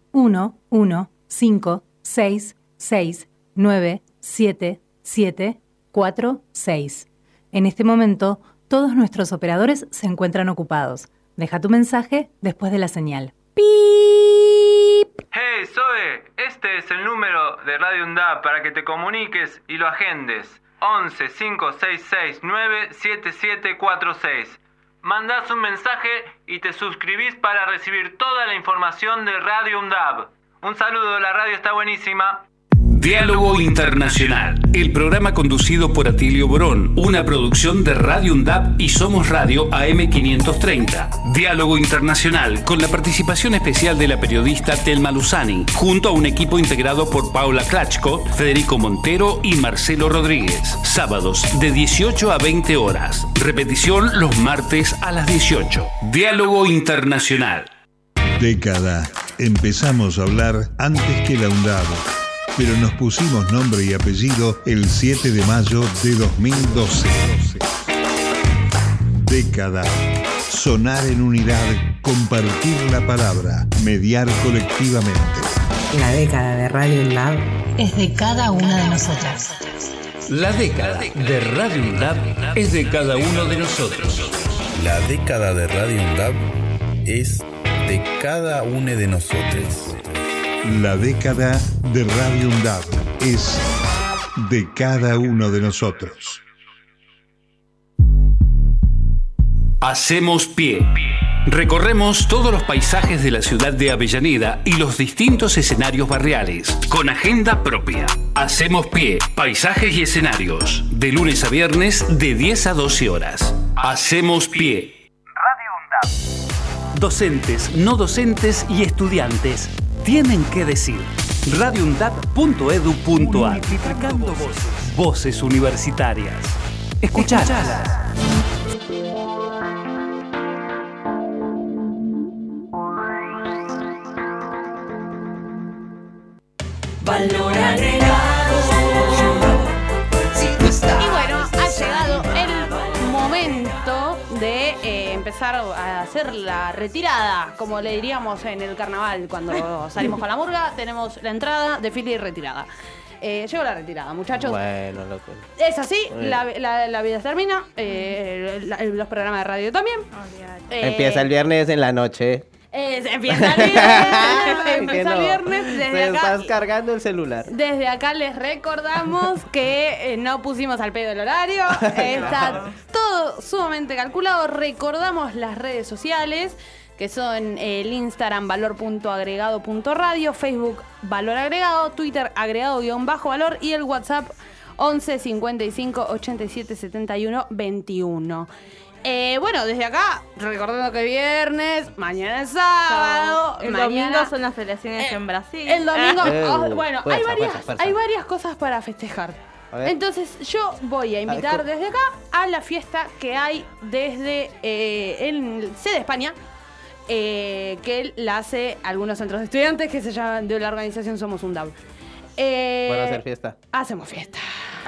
11566967746. En este momento, todos nuestros operadores se encuentran ocupados. Deja tu mensaje después de la señal. ¡Pip! Hey, Zoe, este es el número de Radio UNDAB para que te comuniques y lo agendes. 11 566 97746. Mandás un mensaje y te suscribís para recibir toda la información de Radio UNDAB. Un saludo, la radio está buenísima. Diálogo Internacional, el programa conducido por Atilio Borón, una producción de Radio UNDAB y Somos Radio AM530. Diálogo Internacional, con la participación especial de la periodista Telma Luzani, junto a un equipo integrado por Paula Klachko, Federico Montero y Marcelo Rodríguez. Sábados de 18 a 20 horas. Repetición los martes a las 18. Diálogo Internacional. Década. Empezamos a hablar antes que la UNDAB, pero nos pusimos nombre y apellido el 7 de mayo de 2012. Década. Sonar en unidad, compartir la palabra, mediar colectivamente. La década de Radio UNDAB es de cada una de nosotras. La década de Radio UNDAB es de cada uno de nosotros. La década de Radio UNDAB es de cada uno de nosotros. La década de Radio UNDAB es de cada uno de nosotros. Hacemos pie. Recorremos todos los paisajes de la ciudad de Avellaneda y los distintos escenarios barriales, con agenda propia. Hacemos pie, paisajes y escenarios, de lunes a viernes de 10 a 12 horas. Hacemos pie. Radio UNDAB. Docentes, no docentes y estudiantes tienen que decir. radioundab.edu.ar. Multiplicando voces. Voces universitarias. Escuchalas. Valor agregado. Y bueno, ha llegado el momento de empezar a hacer la retirada, como le diríamos en el carnaval cuando salimos con la murga. Tenemos la entrada, desfile y retirada. Llegó la retirada, muchachos. Bueno, loco. Es así, la vida termina. Los programas de radio también. Empieza el viernes en la noche. Empieza el viernes. Empieza el viernes. Te estás cargando el celular. Desde acá les recordamos que no pusimos al pedo el horario. Está todo sumamente calculado. Recordamos las redes sociales, que son el Instagram valor.agregado.radio, Facebook valor agregado, Twitter agregado_valor y el WhatsApp 11 55 87 71 21. Bueno, desde acá, recordando que viernes, mañana es sábado. El domingo son las celebraciones en Brasil. El domingo, bueno, hay varias cosas para festejar. Entonces yo voy a invitar desde acá a la fiesta que hay desde el C de España, que la hace algunos centros de estudiantes que se llaman de la organización Somos un DAB. ¿Van a hacer fiesta? Hacemos fiesta.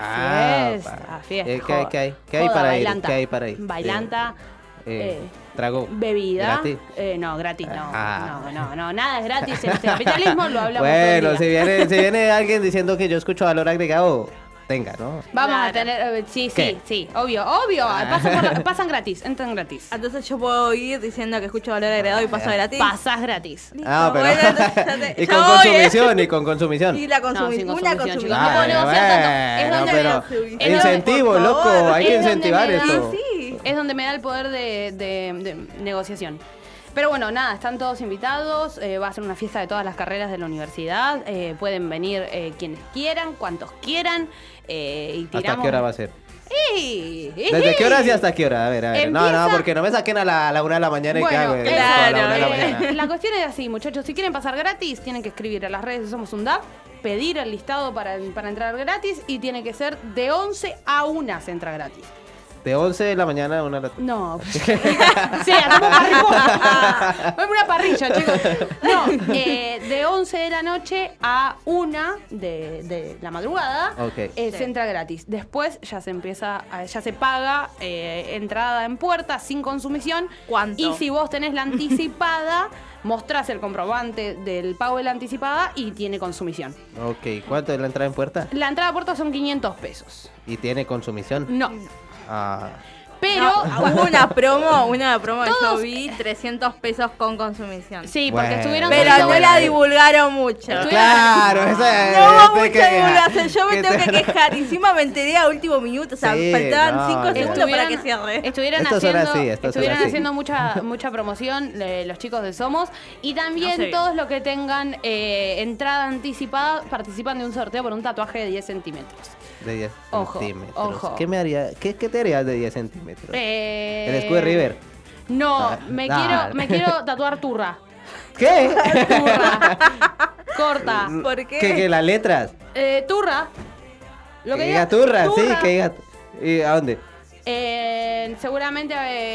Fiesta. ¿Qué hay para ir? ¿Qué hay para ir? Bailanta. ¿Trago? ¿Bebida? ¿Gratis? No, gratis no. No, nada es gratis en este capitalismo, lo hablamos bueno, todo el día. si viene alguien diciendo que yo escucho valor agregado, tenga, ¿no? Vamos a tener, sí, obvio. Pasan gratis, entran gratis. Entonces yo puedo ir diciendo que escucho valor agregado y paso gratis. Pasas gratis. Pero Bueno, entonces, y con consumición, y con consumición. Y la consumición, una consumición. No puedo negociar tanto. Pero incentivo, loco, hay que incentivar esto. Es donde me da el poder de negociación. Pero bueno, nada, están todos invitados, va a ser una fiesta de todas las carreras de la universidad, pueden venir quienes quieran, cuantos quieran, y tiramos... ¿Hasta qué hora va a ser? ¿Desde qué horas y hasta qué hora? A ver. Empieza... No, porque no me saquen a la 1 de la mañana y bueno, ¿qué hago? La cuestión es así, muchachos, si quieren pasar gratis, tienen que escribir a las redes de Somos un DAB, pedir el listado para entrar gratis, y tiene que ser de 11 a 1 se entra gratis. De 11 de la mañana a 1 de la tarde. No. Sí, hacemos una parrilla, chicos. No, de 11 de la noche a 1 de la madrugada se entra gratis. Después ya se paga entrada en puerta sin consumición. ¿Cuánto? Y si vos tenés la anticipada, mostrás el comprobante del pago de la anticipada y tiene consumición. Ok, ¿cuánto es la entrada en puerta? La entrada en puerta son 500 pesos. ¿Y tiene consumición? No. Pero hubo una promo que yo vi, 300 pesos con consumición. Sí, porque estuvieron... Pero no la divulgaron mucho. Claro, no hubo mucha divulgación, yo me tengo que quejar. Encima me enteré a último minuto, o sea, faltaban 5 segundos para que cierre. Estuvieron haciendo mucha promoción los chicos de Somos, y también todos los que tengan entrada anticipada participan de un sorteo por un tatuaje de 10 centímetros. De 10 centímetros. Ojo. ¿Qué te harías de 10 centímetros? ¿El escudo de River? No, me quiero tatuar turra. ¿Qué? Turra. Corta. ¿Por qué? ¿Que las letras? Turra. Lo que diga turra, sí, que diga... ¿Y a dónde? Seguramente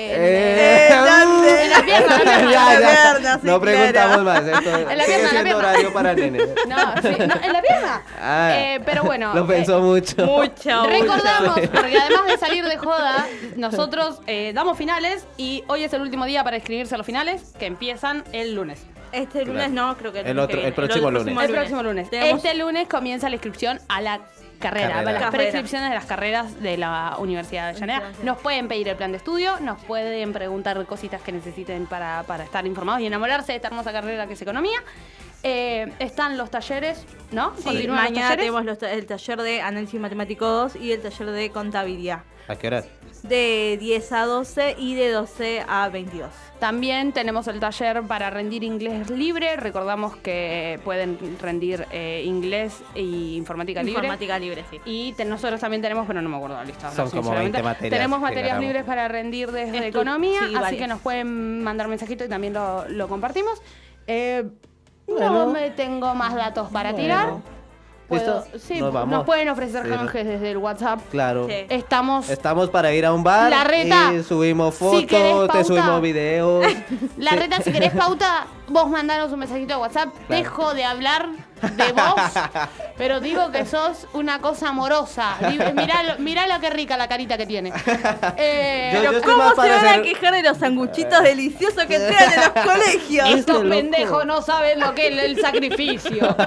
en la pierna. No preguntamos más. Esto en la sigue pierna, siendo horario para nenes. En la pierna. Pero bueno. Lo pensó mucho. Recordamos, porque además de salir de joda, nosotros damos finales, y hoy es el último día para inscribirse a los finales, que empiezan el lunes. Este lunes no, creo que el próximo lunes. El próximo lunes. Este lunes comienza la inscripción a la carrera. Las prescripciones de las carreras de la Universidad de Avellaneda. Nos pueden pedir el plan de estudio, nos pueden preguntar cositas que necesiten para estar informados y enamorarse de esta hermosa carrera que es economía. Están los talleres, ¿no? Sí, mañana tenemos el taller de análisis matemático 2 y el taller de contabilidad. ¿A qué horas? De 10 a 12 y de 12 a 22. También tenemos el taller para rendir inglés libre. Recordamos que pueden rendir inglés y informática libre. Informática libre, sí. Y nosotros también tenemos, pero no me acuerdo la lista. Son como 20 materias. Tenemos materias libres para rendir desde economía, así que nos pueden mandar mensajitos y también lo compartimos. No me tengo más datos para tirar. Sí, nos pueden ofrecer canjes desde el WhatsApp. Claro. Sí. Estamos para ir a un bar. La Reta, y subimos fotos, te subimos videos. La Reta, si querés pauta, vos mandanos un mensajito de WhatsApp. Claro. Dejo de hablar de vos, pero digo que sos una cosa amorosa. Mirá lo que rica la carita que tiene. Pero ¿cómo se van a quejar de los sanguchitos deliciosos que traen en los colegios? Estos pendejos no saben lo que es el sacrificio.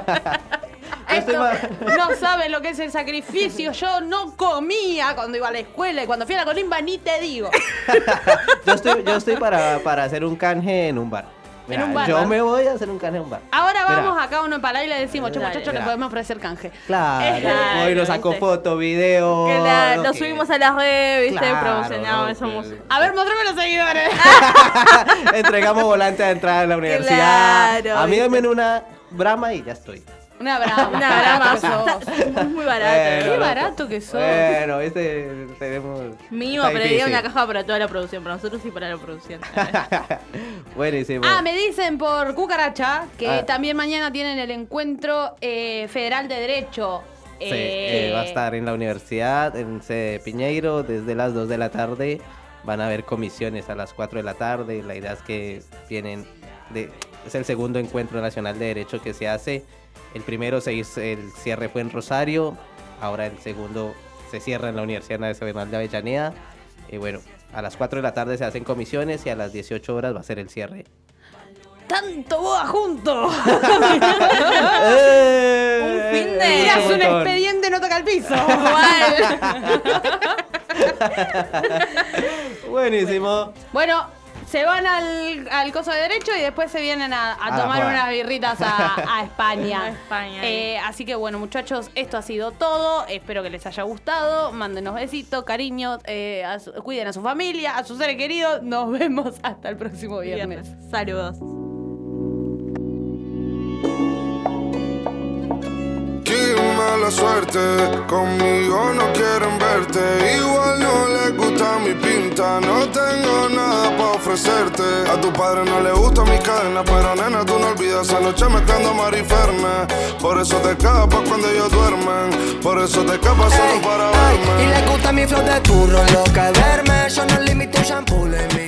No saben lo que es el sacrificio. Yo no comía cuando iba a la escuela, y cuando fui a la Colimba ni te digo. Yo estoy para hacer un canje en un bar. Mira, en un bar. yo me voy a hacer un canje en un bar. Ahora Mira. vamos acá uno para y le decimos, che, muchachos, le Mira. podemos ofrecer canje. Claro, hoy nos saco foto, video. Claro, lo que- subimos a las redes, ¿viste? Claro, Promocionamos, no, somos... A ver, mostrame los seguidores. Entregamos volante de entrada a la universidad. Claro, a mí ¿viste? denme una Brahma y ya estoy. Una brama. Una brama, sos. muy barato. Qué barato que sos. Bueno, tenemos... Mínimo está pediría difícil. una caja para toda la producción, para nosotros y para la producción. Buenísimo. Ah, me dicen por Cucaracha que Ah. también mañana tienen el encuentro federal de Derecho. Sí, va a estar en la universidad, en sede de Piñeiro, desde las 2 de la tarde. Van a haber comisiones a las 4 de la tarde. La idea es que vienen es el segundo encuentro nacional de derecho que se hace. El primero el cierre fue en Rosario, ahora el segundo se cierra en la Universidad Nacional de Avellaneda. Y bueno, a las 4 de la tarde se hacen comisiones y a las 18 horas va a ser el cierre. ¡Tanto boda junto! Un fin de... Tiras un expediente, no toca el piso. Buenísimo. Bueno, se van al coso de derecho y después se vienen a tomar jugar. unas birritas a España. A España. Así que bueno, muchachos, esto ha sido todo. Espero que les haya gustado. Mándenos besitos, cariños, cuiden a su familia, a sus seres queridos. Nos vemos hasta el próximo viernes. Saludos. Qué mala suerte, conmigo no quieren verte. Igual no les gusta mi pinta, no tengo nada para ofrecerte. A tu padre no le gusta mi cadena, pero nena, tú no olvidas esa noche mezclando mariferna. Por eso te escapas cuando ellos duermen, por eso te escapas solo para verme. Y le gusta mi flow de turro, lo que verme. Yo no limito un shampoo, le